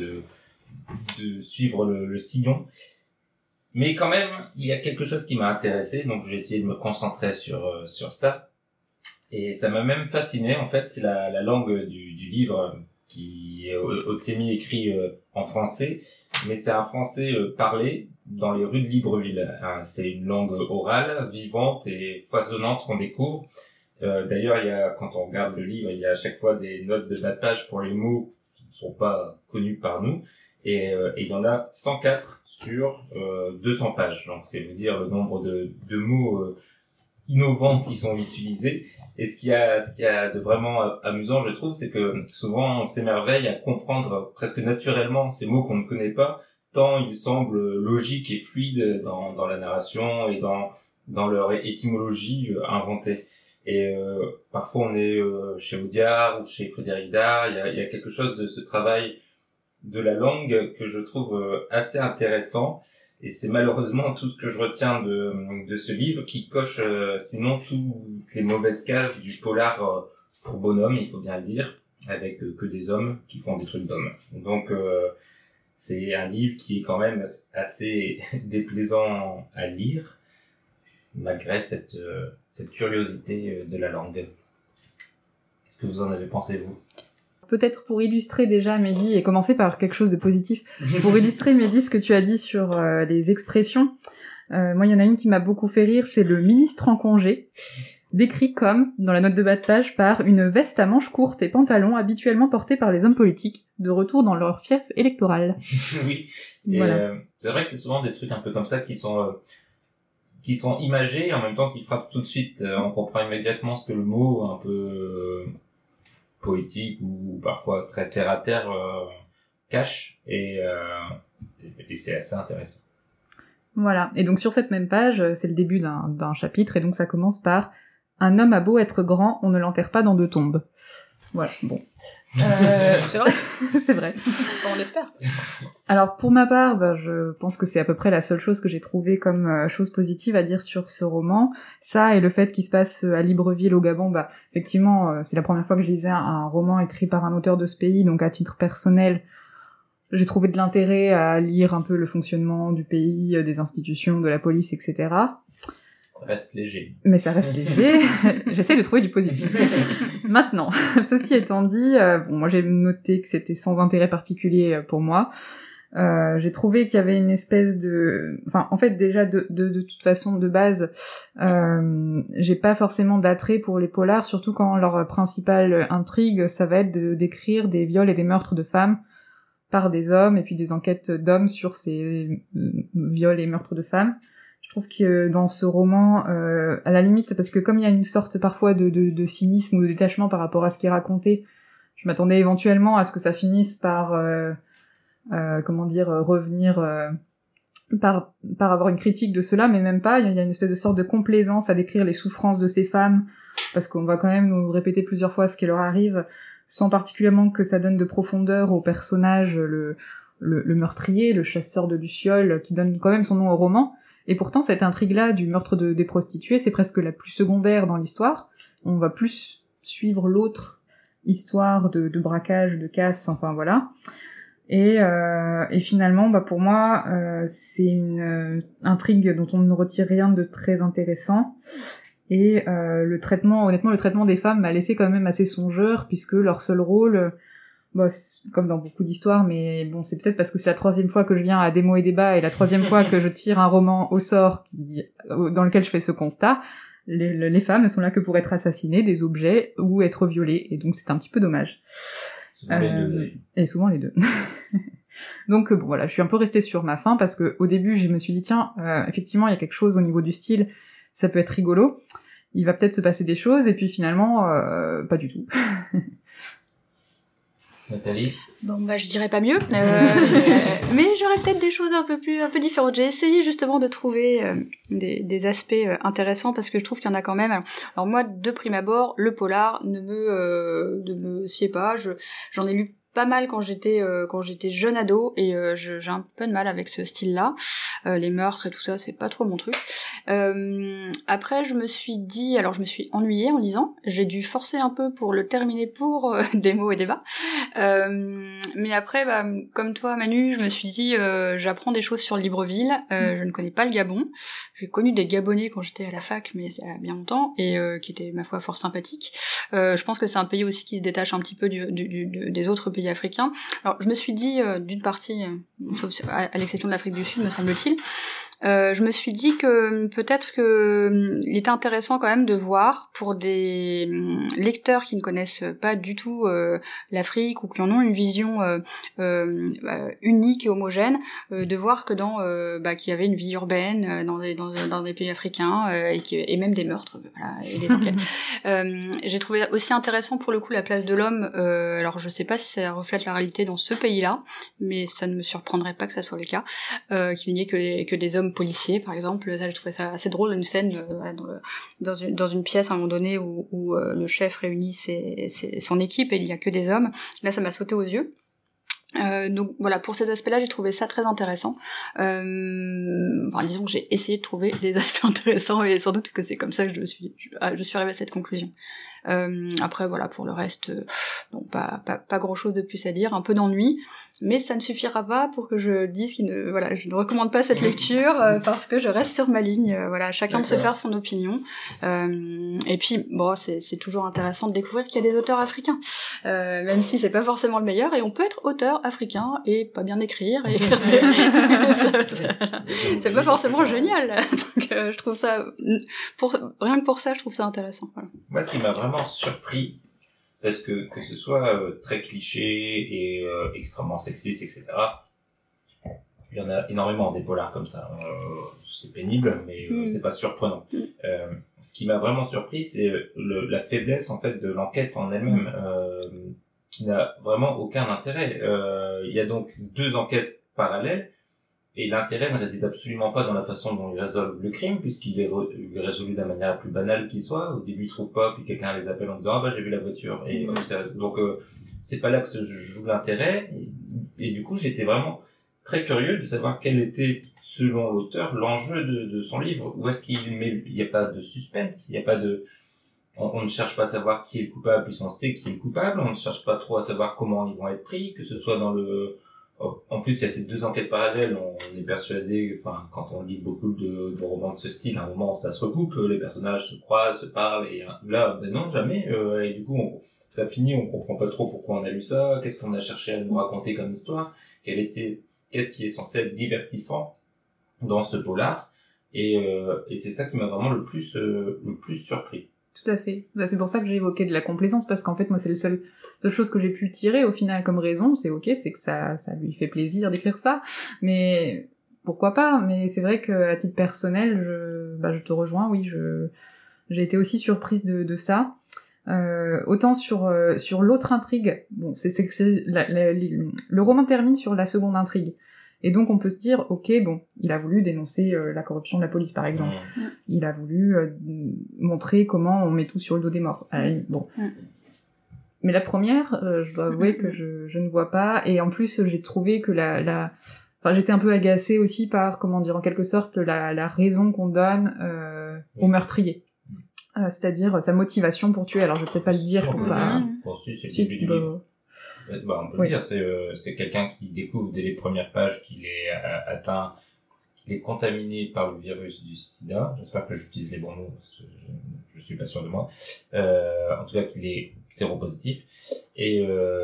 S2: de suivre le sillon. Mais quand même, il y a quelque chose qui m'a intéressé, donc je vais essayer de me concentrer sur ça. Et ça m'a même fasciné, en fait, c'est la langue du livre qui Otsimi écrit en français, mais c'est un français parlé dans les rues de Libreville. C'est une langue orale, vivante et foisonnante qu'on découvre. D'ailleurs, quand on regarde le livre, il y a à chaque fois des notes de bas de page pour les mots qui ne sont pas connus par nous. Et il y en a 104 sur 200 pages. Donc c'est vous dire le nombre de mots innovants qui sont utilisés. Et ce qu'il y a de vraiment amusant, je trouve, c'est que souvent on s'émerveille à comprendre presque naturellement ces mots qu'on ne connaît pas, tant ils semblent logiques et fluides dans la narration et dans leur étymologie inventée. Et parfois on est chez Audiard ou chez Frédéric Dard, il y a quelque chose de ce travail de la langue que je trouve assez intéressant. Et c'est malheureusement tout ce que je retiens de ce livre qui coche sinon toutes les mauvaises cases du polar pour bonhomme, il faut bien le dire, avec que des hommes qui font des trucs d'hommes. Donc c'est un livre qui est quand même assez déplaisant à lire, malgré cette curiosité de la langue. Qu'est-ce que vous en avez pensé, vous ?
S3: Peut-être pour illustrer déjà, Mehdi, et commencer par quelque chose de positif, pour illustrer, Mehdi, ce que tu as dit sur les expressions, moi, il y en a une qui m'a beaucoup fait rire, c'est le ministre en congé, décrit comme, dans la note de bas de page, par une veste à manches courtes et pantalons habituellement portés par les hommes politiques, de retour dans leur fief électoral.
S2: Oui, et
S3: voilà.
S2: C'est vrai que c'est souvent des trucs un peu comme ça qui sont imagés, et en même temps qui frappent tout de suite. On comprend immédiatement ce que le mot un peu poétique ou parfois très terre à terre cache, et c'est assez intéressant.
S3: Voilà, et donc sur cette même page, c'est le début d'un chapitre, et donc ça commence par « Un homme a beau être grand, on ne l'enterre pas dans 2 tombes ». Voilà, bon.
S4: C'est vrai.
S3: C'est vrai.
S4: Enfin, on l'espère.
S3: Alors pour ma part, je pense que c'est à peu près la seule chose que j'ai trouvée comme chose positive à dire sur ce roman. Ça et le fait qu'il se passe à Libreville au Gabon, effectivement, c'est la première fois que je lisais un roman écrit par un auteur de ce pays, donc à titre personnel, j'ai trouvé de l'intérêt à lire un peu le fonctionnement du pays, des institutions, de la police, etc.
S2: Ça reste léger.
S3: Mais ça reste léger. J'essaie de trouver du positif. Maintenant, ceci étant dit, moi j'ai noté que c'était sans intérêt particulier pour moi. J'ai trouvé qu'il y avait une espèce de... Enfin, en fait, déjà, de toute façon, de base, j'ai pas forcément d'attrait pour les polars, surtout quand leur principale intrigue, ça va être de décrire des viols et des meurtres de femmes par des hommes, et puis des enquêtes d'hommes sur ces viols et meurtres de femmes. Je trouve que dans ce roman, à la limite, parce que comme il y a une sorte parfois de cynisme ou de détachement par rapport à ce qui est raconté, je m'attendais éventuellement à ce que ça finisse par... revenir par avoir une critique de cela, mais même pas. Il y a une espèce de sorte de complaisance à décrire les souffrances de ces femmes, parce qu'on va quand même nous répéter plusieurs fois ce qui leur arrive, sans particulièrement que ça donne de profondeur au personnage, le meurtrier, le chasseur de lucioles, qui donne quand même son nom au roman. Et pourtant, cette intrigue-là du meurtre des prostituées, c'est presque la plus secondaire dans l'histoire. On va plus suivre l'autre histoire de braquage, de casse, enfin voilà. Et finalement, pour moi, c'est une intrigue dont on ne retire rien de très intéressant. Et le traitement des femmes m'a laissé quand même assez songeur, puisque leur seul rôle, comme dans beaucoup d'histoires, mais bon, c'est peut-être parce que c'est la 3e fois que je viens à Démo et Débat, et la 3e fois que je tire un roman au sort dans lequel je fais ce constat. Les femmes ne sont là que pour être assassinées, des objets, ou être violées, et donc c'est un petit peu dommage.
S2: Souvent les deux.
S3: Et souvent les deux. Donc bon, voilà, je suis un peu restée sur ma faim parce que au début je me suis dit tiens, effectivement il y a quelque chose au niveau du style, ça peut être rigolo, il va peut-être se passer des choses, et puis finalement pas du tout.
S2: Nathalie?
S4: Bon, je dirais pas mieux, mais j'aurais peut-être des choses un peu différentes. J'ai essayé justement de trouver des aspects intéressants, parce que je trouve qu'il y en a quand même. Alors moi, de prime abord, le polar ne me sied pas. J'en ai lu pas mal quand j'étais jeune ado, et j'ai un peu de mal avec ce style-là. Les meurtres et tout ça, c'est pas trop mon truc. Après, je me suis ennuyée en lisant. J'ai dû forcer un peu pour le terminer pour Démo et Débat. Mais après, comme toi, Manu, je me suis dit, j'apprends des choses sur Libreville. Je ne connais pas le Gabon. J'ai connu des Gabonais quand j'étais à la fac, mais il y a bien longtemps, et qui étaient, ma foi, fort sympathiques. Je pense que c'est un pays aussi qui se détache un petit peu des autres pays africains. Alors, je me suis dit, d'une partie, sauf à l'exception de l'Afrique du Sud, me semble-t-il, je me suis dit que peut-être que il était intéressant quand même de voir, pour des lecteurs qui ne connaissent pas du tout l'Afrique, ou qui en ont une vision unique et homogène, de voir que qu'il y avait une vie urbaine dans des pays africains, et même des meurtres, et des enquêtes. J'ai trouvé aussi intéressant pour le coup la place de l'homme. Alors je sais pas si ça reflète la réalité dans ce pays-là, mais ça ne me surprendrait pas que ça soit le cas, qu'il n'y ait que des hommes policiers, par exemple. Ça, je trouvais ça assez drôle, une scène dans une pièce à un moment donné où le chef réunit son équipe et il y a que des hommes. Là, ça m'a sauté aux yeux. Donc voilà, pour ces aspects-là, j'ai trouvé ça très intéressant. Disons que j'ai essayé de trouver des aspects intéressants, et sans doute que c'est comme ça que je suis arrivée à cette conclusion. Après voilà, pour le reste, pas grand-chose de plus à lire, un peu d'ennui, mais ça ne suffira pas pour que je dise je ne recommande pas cette lecture, parce que je reste sur ma ligne. Chacun de se faire son opinion. Et puis c'est toujours intéressant de découvrir qu'il y a des auteurs africains, même si c'est pas forcément le meilleur, et on peut être auteur africain et pas bien écrire, et c'est pas forcément génial. Donc je trouve ça, rien que pour ça, je trouve ça intéressant. Voilà.
S2: Moi, ce qui m'a vraiment surpris, parce que ce soit très cliché et extrêmement sexiste, etc., il y en a énormément des polars comme ça. C'est pénible, mais c'est pas surprenant. Ce qui m'a vraiment surpris, c'est la faiblesse en fait de l'enquête en elle-même, qui n'a vraiment aucun intérêt. Il y a donc 2 enquêtes parallèles, et l'intérêt ne réside absolument pas dans la façon dont ils résolvent le crime, puisqu'il est résolu de la manière la plus banale qui soit. Au début, ils trouvent pas, puis quelqu'un les appelle en disant « Ah j'ai vu la voiture ». Et donc, c'est pas là que se joue l'intérêt. Et du coup, j'étais vraiment très curieux de savoir quel était, selon l'auteur, l'enjeu de son livre. Où est-ce qu'il met... Il n'y a pas de suspense, il n'y a pas de... On ne cherche pas à savoir qui est le coupable, puisqu'on sait qui est le coupable. On ne cherche pas trop à savoir comment ils vont être pris, que ce soit dans En plus, il y a ces deux enquêtes parallèles. On est persuadé, enfin, quand on lit beaucoup de romans de ce style, à un moment, ça se recoupe, les personnages se croisent, se parlent, et là, ben non, jamais. Et du coup, ça finit, on comprend pas trop pourquoi on a lu ça, qu'est-ce qu'on a cherché à nous raconter comme histoire, qu'est-ce qui est censé être divertissant dans ce polar. Et c'est ça qui m'a vraiment le plus surpris.
S3: Tout à fait. Bah, c'est pour ça que j'ai évoqué de la complaisance, parce qu'en fait, moi, c'est seule chose que j'ai pu tirer au final comme raison, c'est ok, c'est que ça lui fait plaisir d'écrire ça, mais pourquoi pas. Mais c'est vrai que à titre personnel, je te rejoins, oui, j'ai été aussi surprise de ça. Autant sur l'autre intrigue, bon, le roman termine sur la seconde intrigue. Et donc on peut se dire, ok, bon, il a voulu dénoncer la corruption de la police, par exemple. Il a voulu montrer comment on met tout sur le dos des morts. Bon. Mais la première, je dois avouer que je ne vois pas. Et en plus, j'ai trouvé que enfin, j'étais un peu agacée aussi par, comment dire, en quelque sorte, la raison qu'on donne au meurtrier. C'est-à-dire sa motivation pour tuer. Alors je vais peut-être pas le dire pour pas...
S2: Si, c'est le début du livre. Bah, on peut le dire, c'est quelqu'un qui découvre dès les premières pages qu'il est atteint, qu'il est contaminé par le virus du sida. J'espère que j'utilise les bons mots, parce que je suis pas sûr de moi. En tout cas, qu'il est séropositif. Et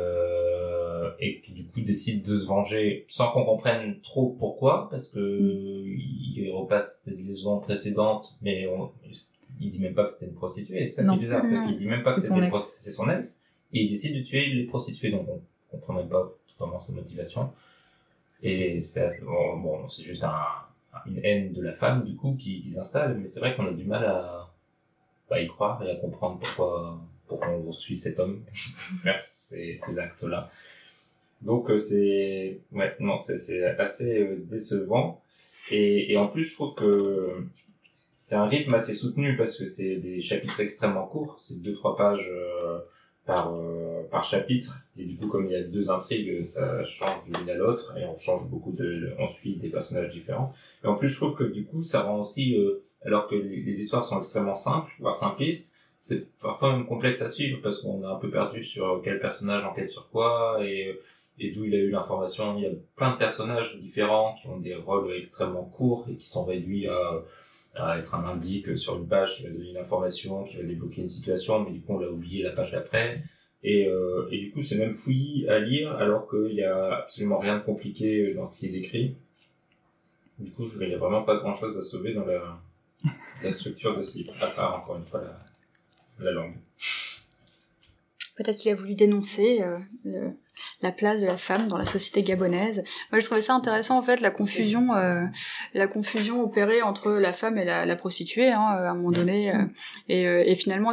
S2: qui du coup décide de se venger sans qu'on comprenne trop pourquoi, parce que il repasse les secondes précédentes, mais il dit même pas que c'était une prostituée. C'est ça qui est bizarre, c'est qu'il dit même pas que c'est son ex. Et il décide de tuer les prostituées, donc on comprend même pas vraiment sa motivation. Et c'est c'est juste une haine de la femme, du coup, qui s'installe, mais c'est vrai qu'on a du mal à y croire et à comprendre pourquoi on suit cet homme faire ces actes-là. Donc c'est assez décevant. Et en plus, je trouve que c'est un rythme assez soutenu, parce que c'est des chapitres extrêmement courts, c'est 2-3 pages par chapitre, et du coup comme il y a deux intrigues, ça change de l'une à l'autre, et on suit des personnages différents. Et en plus je trouve que du coup ça rend aussi, alors que les histoires sont extrêmement simples, voire simplistes, c'est parfois même complexe à suivre, parce qu'on est un peu perdu sur quel personnage enquête sur quoi, et d'où il a eu l'information. Il y a plein de personnages différents qui ont des rôles extrêmement courts et qui sont réduits à être un indice sur une page qui va donner une information, qui va débloquer une situation, mais du coup on l'a oublié la page d'après. Et du coup c'est même fouillis à lire, alors qu'il y a absolument rien de compliqué dans ce qui est décrit. Du coup il n'y a vraiment pas grand chose à sauver dans la structure de ce livre, à part encore une fois la langue.
S4: Peut-être qu'il a voulu dénoncer la place de la femme dans la société gabonaise. Moi, je trouvais ça intéressant, en fait, la confusion opérée entre la femme et la prostituée, à un moment donné. Et finalement,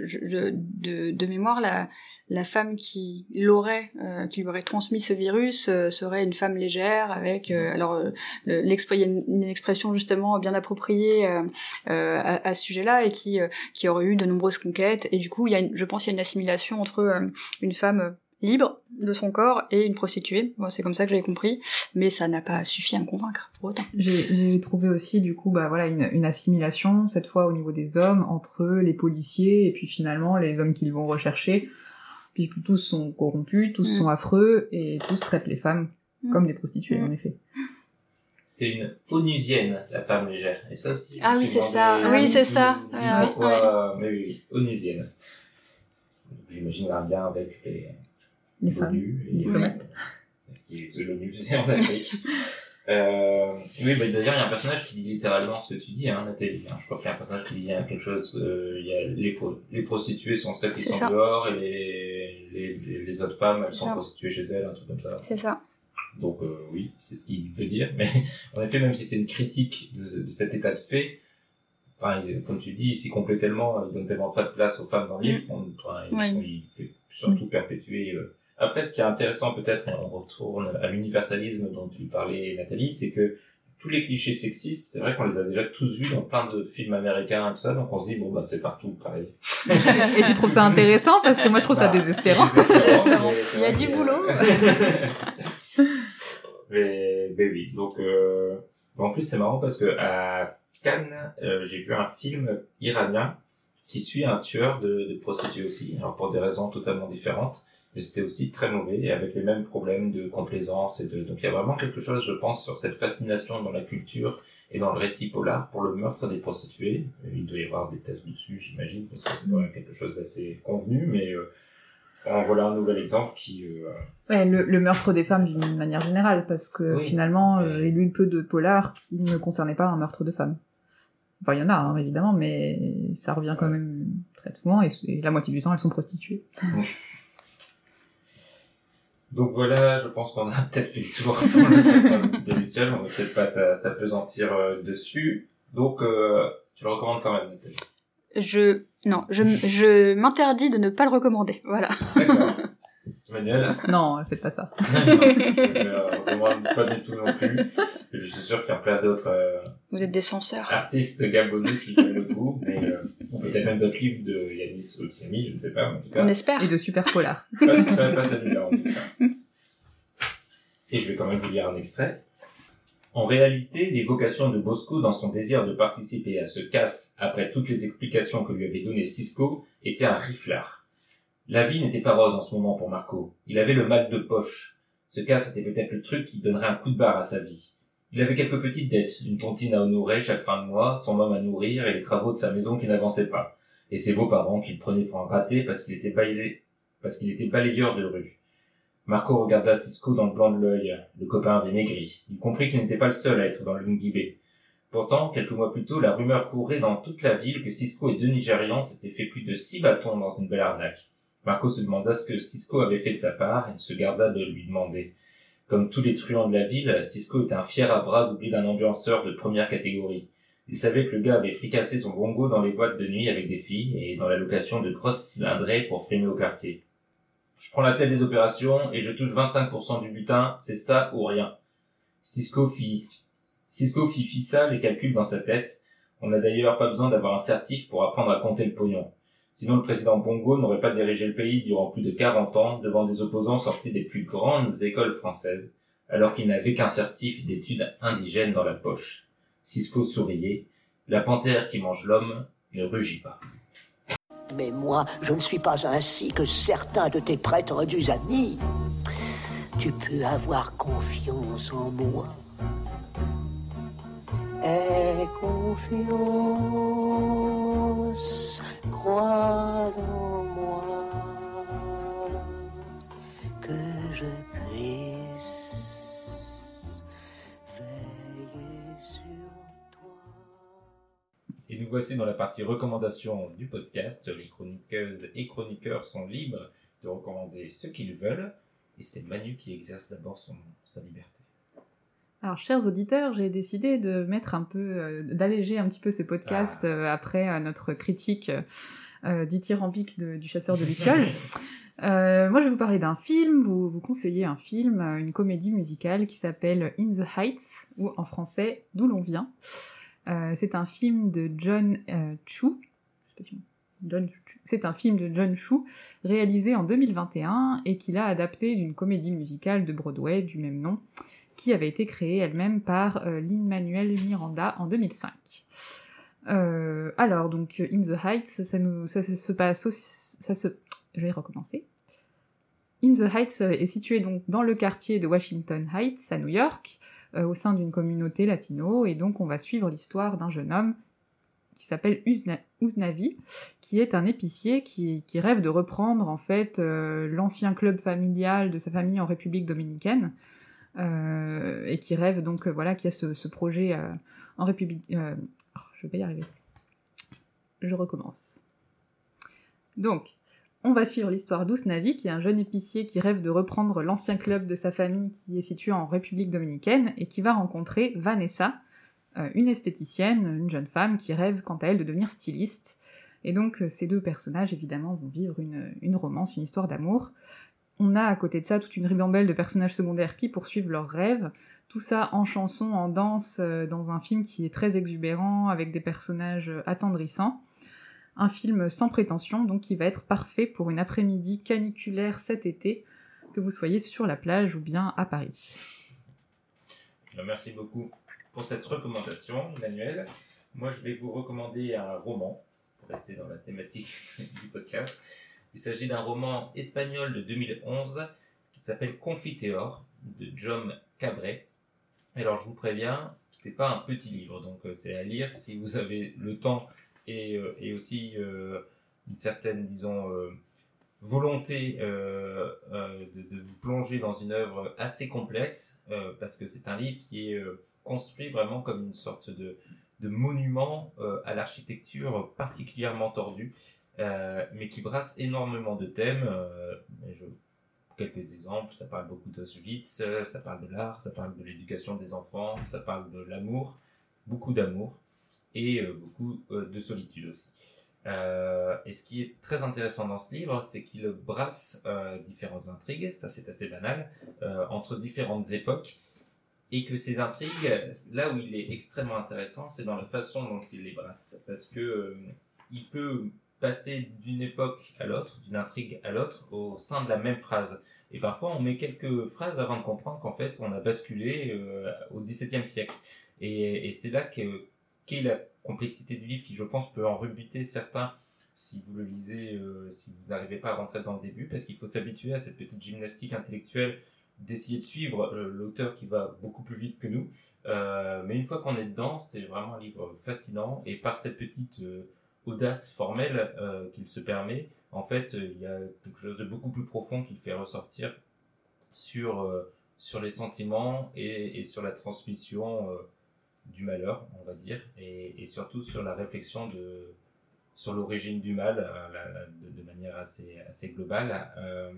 S4: de mémoire, la femme qui lui aurait transmis ce virus serait une femme légère, avec il y a une expression justement bien appropriée à ce sujet-là, et qui aurait eu de nombreuses conquêtes. Et du coup, je pense qu'il y a une assimilation entre une femme libre de son corps et une prostituée. Bon, c'est comme ça que j'avais compris, mais ça n'a pas suffi à me convaincre pour autant.
S3: J'ai trouvé aussi du coup une assimilation, cette fois au niveau des hommes, entre les policiers et puis finalement les hommes qu'ils vont rechercher, puisque tous sont corrompus, tous sont affreux, et tous traitent les femmes comme des prostituées, en effet.
S2: C'est une onusienne, la femme légère. Et ça aussi.
S4: Ah oui, c'est ça. Oui, c'est ça.
S2: Pourquoi, mais oui, onusienne. J'imagine un lien avec
S3: les femmes, les diplomates.
S2: Ce qui est l'ONU faisait en Afrique. Oui, bah, d'ailleurs, il y a un personnage qui dit littéralement ce que tu dis, Nathalie. Je crois qu'il y a un personnage qui dit quelque chose, il y a les prostituées sont celles qui sont dehors, et les autres femmes, elles sont prostituées chez elles, un truc comme ça.
S4: C'est ça.
S2: Donc, oui, c'est ce qu'il veut dire. Mais, en effet, même si c'est une critique de cet état de fait, enfin, comme tu dis, il s'y complaît tellement, il donne tellement pas de place aux femmes dans le livre, il fait surtout perpétuer, Après, ce qui est intéressant peut-être, et on retourne à l'universalisme dont tu parlais, Nathalie, c'est que tous les clichés sexistes, c'est vrai qu'on les a déjà tous vus dans plein de films américains et tout ça, donc on se dit, c'est partout pareil.
S3: Et tu trouves ça intéressant? Parce que moi je trouve ça désespérant.
S4: Il y a du boulot.
S2: mais oui, donc en plus c'est marrant parce que à Cannes, j'ai vu un film iranien qui suit un tueur de prostituées aussi, alors pour des raisons totalement différentes. mais c'était aussi très mauvais, et avec les mêmes problèmes de complaisance donc il y a vraiment quelque chose, je pense, sur cette fascination dans la culture et dans le récit polar pour le meurtre des prostituées. Il doit y avoir des thèses dessus, j'imagine, parce que c'est quand même quelque chose d'assez convenu, mais en voilà un nouvel exemple qui...
S3: Ouais, le meurtre des femmes d'une manière générale, parce que
S2: Oui.
S3: finalement, j'ai lu peu de polars qui ne concernaient pas un meurtre de femmes. Enfin, il y en a, hein, évidemment, mais ça revient quand même très souvent, et la moitié du temps, elles sont prostituées.
S2: Donc voilà, je pense qu'on a peut-être fait le tour pour la question de Michel, on va peut-être pas s'apesantir dessus. Donc, tu le recommandes quand même, Nathalie?
S4: Je m'interdis de ne pas le recommander, voilà.
S2: D'accord. Emmanuel?
S3: Non, faites pas ça.
S2: Non, je recommande pas du tout non plus. Je suis sûr qu'il y a plein d'autres
S4: Vous êtes des censeurs.
S2: artistes gabonais qui valent le coup, mais peut-être même d'autres livres de Yanis Otsiami, je ne sais pas, en tout cas.
S4: On espère.
S3: Et de super polars.
S2: Pas celui-là, en tout cas. Et je vais quand même vous lire un extrait. En réalité, l'évocation de Bosco dans son désir de participer à ce casse, après toutes les explications que lui avait données Cisco, était un riflard. La vie n'était pas rose en ce moment pour Marco. Il avait le mal de poche. Ce casse était peut-être le truc qui donnerait un coup de barre à sa vie. Il avait quelques petites dettes, une tontine à honorer chaque fin de mois, son homme à nourrir et les travaux de sa maison qui n'avançaient pas. Et ses beaux-parents qu'il prenait pour un raté parce qu'il était balayeur de rue. Marco regarda Cisco dans le blanc de l'œil. Le copain avait maigri. Il comprit qu'il n'était pas le seul à être dans le Ngibé. Pourtant, quelques mois plus tôt, la rumeur courait dans toute la ville que Cisco et deux Nigérians s'étaient fait plus de 6 bâtons dans une belle arnaque. Marco se demanda ce que Cisco avait fait de sa part et se garda de lui demander. Comme tous les truands de la ville, Cisco était un fier à bras doublé d'un ambianceur de première catégorie. Il savait que le gars avait fricassé son bongo dans les boîtes de nuit avec des filles et dans la location de grosses cylindrées pour frimer au quartier. Je prends la tête des opérations et je touche 25% du butin, c'est ça ou rien. Cisco fit ça les calculs dans sa tête. On n'a d'ailleurs pas besoin d'avoir un certif pour apprendre à compter le pognon. Sinon le président Bongo n'aurait pas dirigé le pays durant plus de 40 ans devant des opposants sortis des plus grandes écoles françaises, alors qu'il n'avait qu'un certif d'études indigènes dans la poche. Cisco souriait. La panthère qui mange l'homme ne rugit pas.
S6: Mais moi, je ne suis pas ainsi que certains de tes prétendus amis. Tu peux avoir confiance en moi. Aie confiance, crois en moi, que je puisse veiller sur toi.
S2: Et nous voici dans la partie recommandation du podcast. Les chroniqueuses et chroniqueurs sont libres de recommander ce qu'ils veulent. Et c'est Manu qui exerce d'abord sa liberté.
S3: Alors, chers auditeurs, j'ai décidé de d'alléger un petit peu ce podcast après notre critique dithyrambique du chasseur de Lucioles. Moi, je vais vous parler d'un film, vous conseiller un film, une comédie musicale qui s'appelle In the Heights, ou en français, D'où l'on vient. C'est un film de John Chu. C'est un film de John Chu, réalisé en 2021 et qu'il a adapté d'une comédie musicale de Broadway du même nom, qui avait été créée elle-même par Lin-Manuel Miranda en 2005. Alors, donc, In the Heights, je vais recommencer. In the Heights est situé donc dans le quartier de Washington Heights, à New York, au sein d'une communauté latino, et donc on va suivre l'histoire d'un jeune homme qui s'appelle Usnavi, qui est un épicier qui rêve de reprendre en fait l'ancien club familial de sa famille en République dominicaine, et qui rêve donc qui a ce projet en République. Je vais y arriver. Je recommence. Donc, on va suivre l'histoire d'Usnavi, qui est un jeune épicier qui rêve de reprendre l'ancien club de sa famille qui est situé en République dominicaine et qui va rencontrer Vanessa, une esthéticienne, une jeune femme qui rêve quant à elle de devenir styliste. Et donc ces deux personnages évidemment vont vivre une romance, une histoire d'amour. On a à côté de ça toute une ribambelle de personnages secondaires qui poursuivent leurs rêves, tout ça en chanson, en danse, dans un film qui est très exubérant, avec des personnages attendrissants. Un film sans prétention, donc qui va être parfait pour une après-midi caniculaire cet été, que vous soyez sur la plage ou bien à Paris.
S2: Merci beaucoup pour cette recommandation, Emmanuel. Moi, je vais vous recommander un roman, pour rester dans la thématique du podcast. Il s'agit d'un roman espagnol de 2011 qui s'appelle Confiteor de Jaume Cabré. Alors je vous préviens, c'est pas un petit livre, donc c'est à lire si vous avez le temps et aussi une certaine, disons, volonté de vous plonger dans une œuvre assez complexe, parce que c'est un livre qui est construit vraiment comme une sorte de monument à l'architecture particulièrement tordue, mais qui brasse énormément de thèmes. Quelques exemples, ça parle beaucoup d'Auschwitz, ça parle de l'art, ça parle de l'éducation des enfants, ça parle de l'amour, beaucoup d'amour, et beaucoup de solitude aussi. Et ce qui est très intéressant dans ce livre, c'est qu'il brasse différentes intrigues, ça c'est assez banal, entre différentes époques, et que ces intrigues, là où il est extrêmement intéressant, c'est dans la façon dont il les brasse, parce que il peut passer d'une époque à l'autre, d'une intrigue à l'autre, au sein de la même phrase. Et parfois, on met quelques phrases avant de comprendre qu'en fait, on a basculé au XVIIe siècle. Et c'est là qu'est la complexité du livre, qui, je pense, peut en rebuter certains si vous le lisez, si vous n'arrivez pas à rentrer dans le début, parce qu'il faut s'habituer à cette petite gymnastique intellectuelle d'essayer de suivre l'auteur qui va beaucoup plus vite que nous. Mais une fois qu'on est dedans, c'est vraiment un livre fascinant, et par cette petite audace formelle qu'il se permet, en fait, il y a quelque chose de beaucoup plus profond qu'il fait ressortir sur les sentiments et sur la transmission du malheur, on va dire, et surtout sur la réflexion sur l'origine du mal de manière assez globale,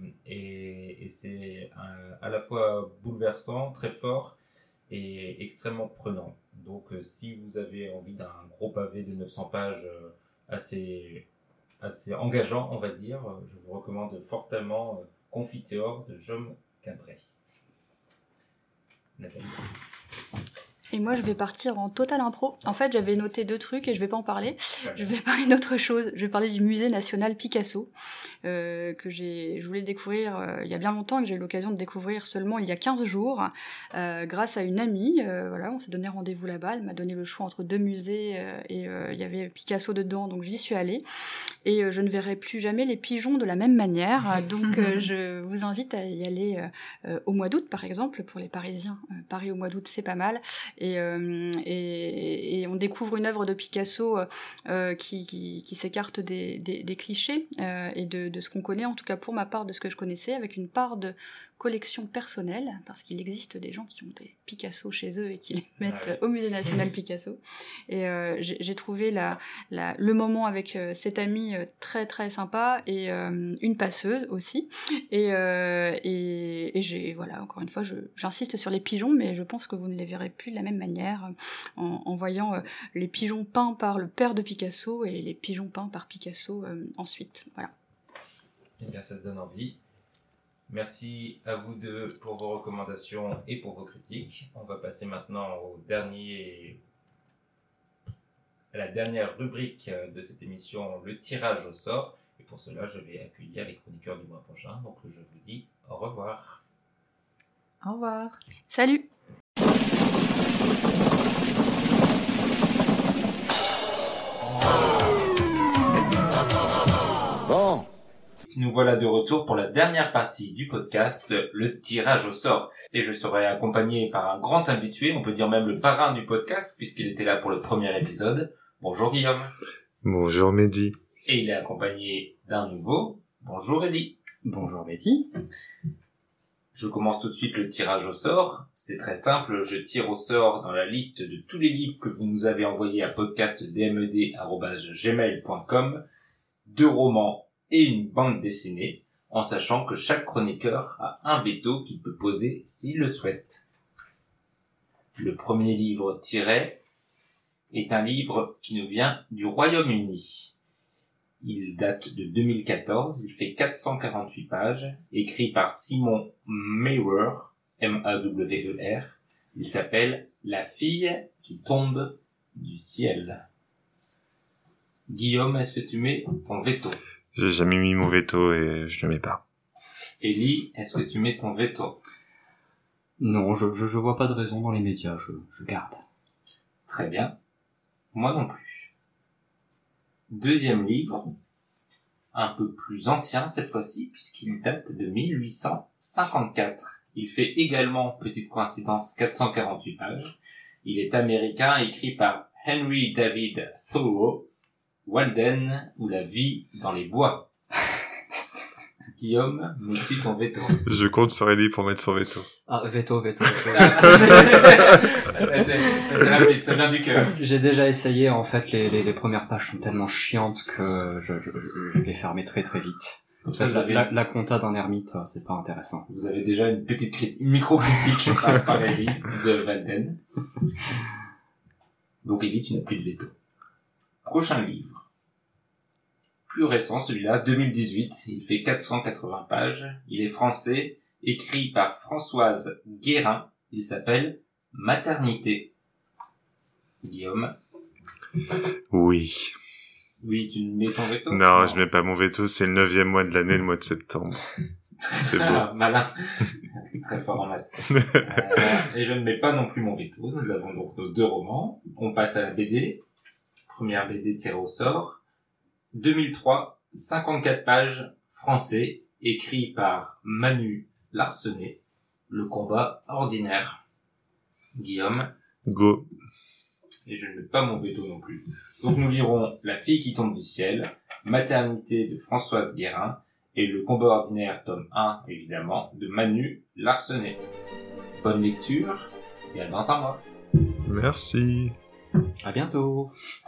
S2: et c'est à la fois bouleversant, très fort et extrêmement prenant. Donc si vous avez envie d'un gros pavé de 900 pages assez engageant, on va dire, je vous recommande fortement Confiteor de Jaume Cabré. Nathalie.
S4: Et moi, je vais partir en total impro. En fait, j'avais noté 2 trucs et je vais pas en parler. Je vais parler d'autre chose. Je vais parler du musée national Picasso, que je voulais découvrir il y a bien longtemps, que j'ai eu l'occasion de découvrir seulement il y a 15 jours, grâce à une amie. Voilà, on s'est donné rendez-vous là-bas. Elle m'a donné le choix entre 2 musées et il y avait Picasso dedans, donc j'y suis allée. Et je ne verrai plus jamais les pigeons de la même manière. Donc je vous invite à y aller au mois d'août, par exemple, pour les Parisiens. Paris au mois d'août, c'est pas mal. Et on découvre une œuvre de Picasso qui s'écarte des clichés et de ce qu'on connaît, en tout cas pour ma part, de ce que je connaissais, avec une part de collection personnelle, parce qu'il existe des gens qui ont des Picasso chez eux et qui les mettent au musée national Picasso. Et j'ai trouvé le moment avec cette amie très très sympa, et une passeuse aussi. Et j'ai, voilà, encore une fois, j'insiste sur les pigeons, mais je pense que vous ne les verrez plus de la même manière en voyant les pigeons peints par le père de Picasso et les pigeons peints par Picasso ensuite. Voilà.
S2: Eh bien, ça donne envie. Merci à vous deux pour vos recommandations et pour vos critiques. On va passer maintenant à la dernière rubrique de cette émission, le tirage au sort. Et pour cela, je vais accueillir les chroniqueurs du mois prochain. Donc, je vous dis au revoir.
S3: Au revoir.
S4: Salut.
S6: Bon.
S2: Nous voilà de retour pour la dernière partie du podcast, le tirage au sort. Et je serai accompagné par un grand habitué, on peut dire même le parrain du podcast, puisqu'il était là pour le premier épisode. Bonjour Guillaume.
S7: Bonjour Mehdi.
S2: Et il est accompagné d'un nouveau. Bonjour Elie.
S8: Bonjour Betty.
S2: Je commence tout de suite le tirage au sort. C'est très simple, je tire au sort dans la liste de tous les livres que vous nous avez envoyés à podcastdmed@gmail.com 2 romans et une bande dessinée, en sachant que chaque chroniqueur a un veto qu'il peut poser s'il le souhaite. Le premier livre tiré est un livre qui nous vient du Royaume-Uni. Il date de 2014, il fait 448 pages, écrit par Simon Mawer, M-A-W-E-R. Il s'appelle « La fille qui tombe du ciel ». Guillaume, est-ce que tu mets ton veto ?
S7: J'ai jamais mis mon veto et je le mets pas.
S2: Ellie, est-ce que tu mets ton veto ?
S8: Non, je vois pas de raison dans les médias, je garde.
S2: Très bien. Moi non plus. Deuxième livre, un peu plus ancien cette fois-ci, puisqu'il date de 1854. Il fait également, petite coïncidence, 448 pages. Il est américain, écrit par Henry David Thoreau, Walden ou La vie dans les bois. Guillaume, mets-tu ton veto?
S7: Je compte sur Ellie pour mettre son veto.
S8: Ah, veto.
S2: C'était rapide, ça vient du cœur.
S8: J'ai déjà essayé, en fait, les premières pages sont tellement chiantes que je les fermais très très vite.
S2: Comme ça,
S8: La compta d'un ermite, c'est pas intéressant.
S2: Vous avez déjà une petite une micro-critique par Ellie de Walden. Donc Ellie, tu n'as plus de veto. Prochain livre. Plus récent, celui-là, 2018. Il fait 480 pages. Il est français, écrit par Françoise Guérin. Il s'appelle Maternité. Guillaume?
S7: Oui.
S2: Oui, tu mets ton veto?
S7: Non, je mets pas mon veto, c'est le 9e mois de l'année, le mois de septembre. C'est beau.
S2: Malin. Très fort en maths. Et je ne mets pas non plus mon veto. Nous avons donc nos 2 romans. On passe à la BD. Première BD tirée au sort. 2003, 54 pages, français, écrit par Manu Larsenet. Le combat ordinaire. Guillaume?
S7: Go.
S2: Et je ne mets pas mon veto non plus. Donc nous lirons La fille qui tombe du ciel, Maternité de Françoise Guérin, et Le combat ordinaire, tome 1, évidemment, de Manu Larsenet. Bonne lecture, et à dans un mois.
S7: Merci.
S8: À bientôt.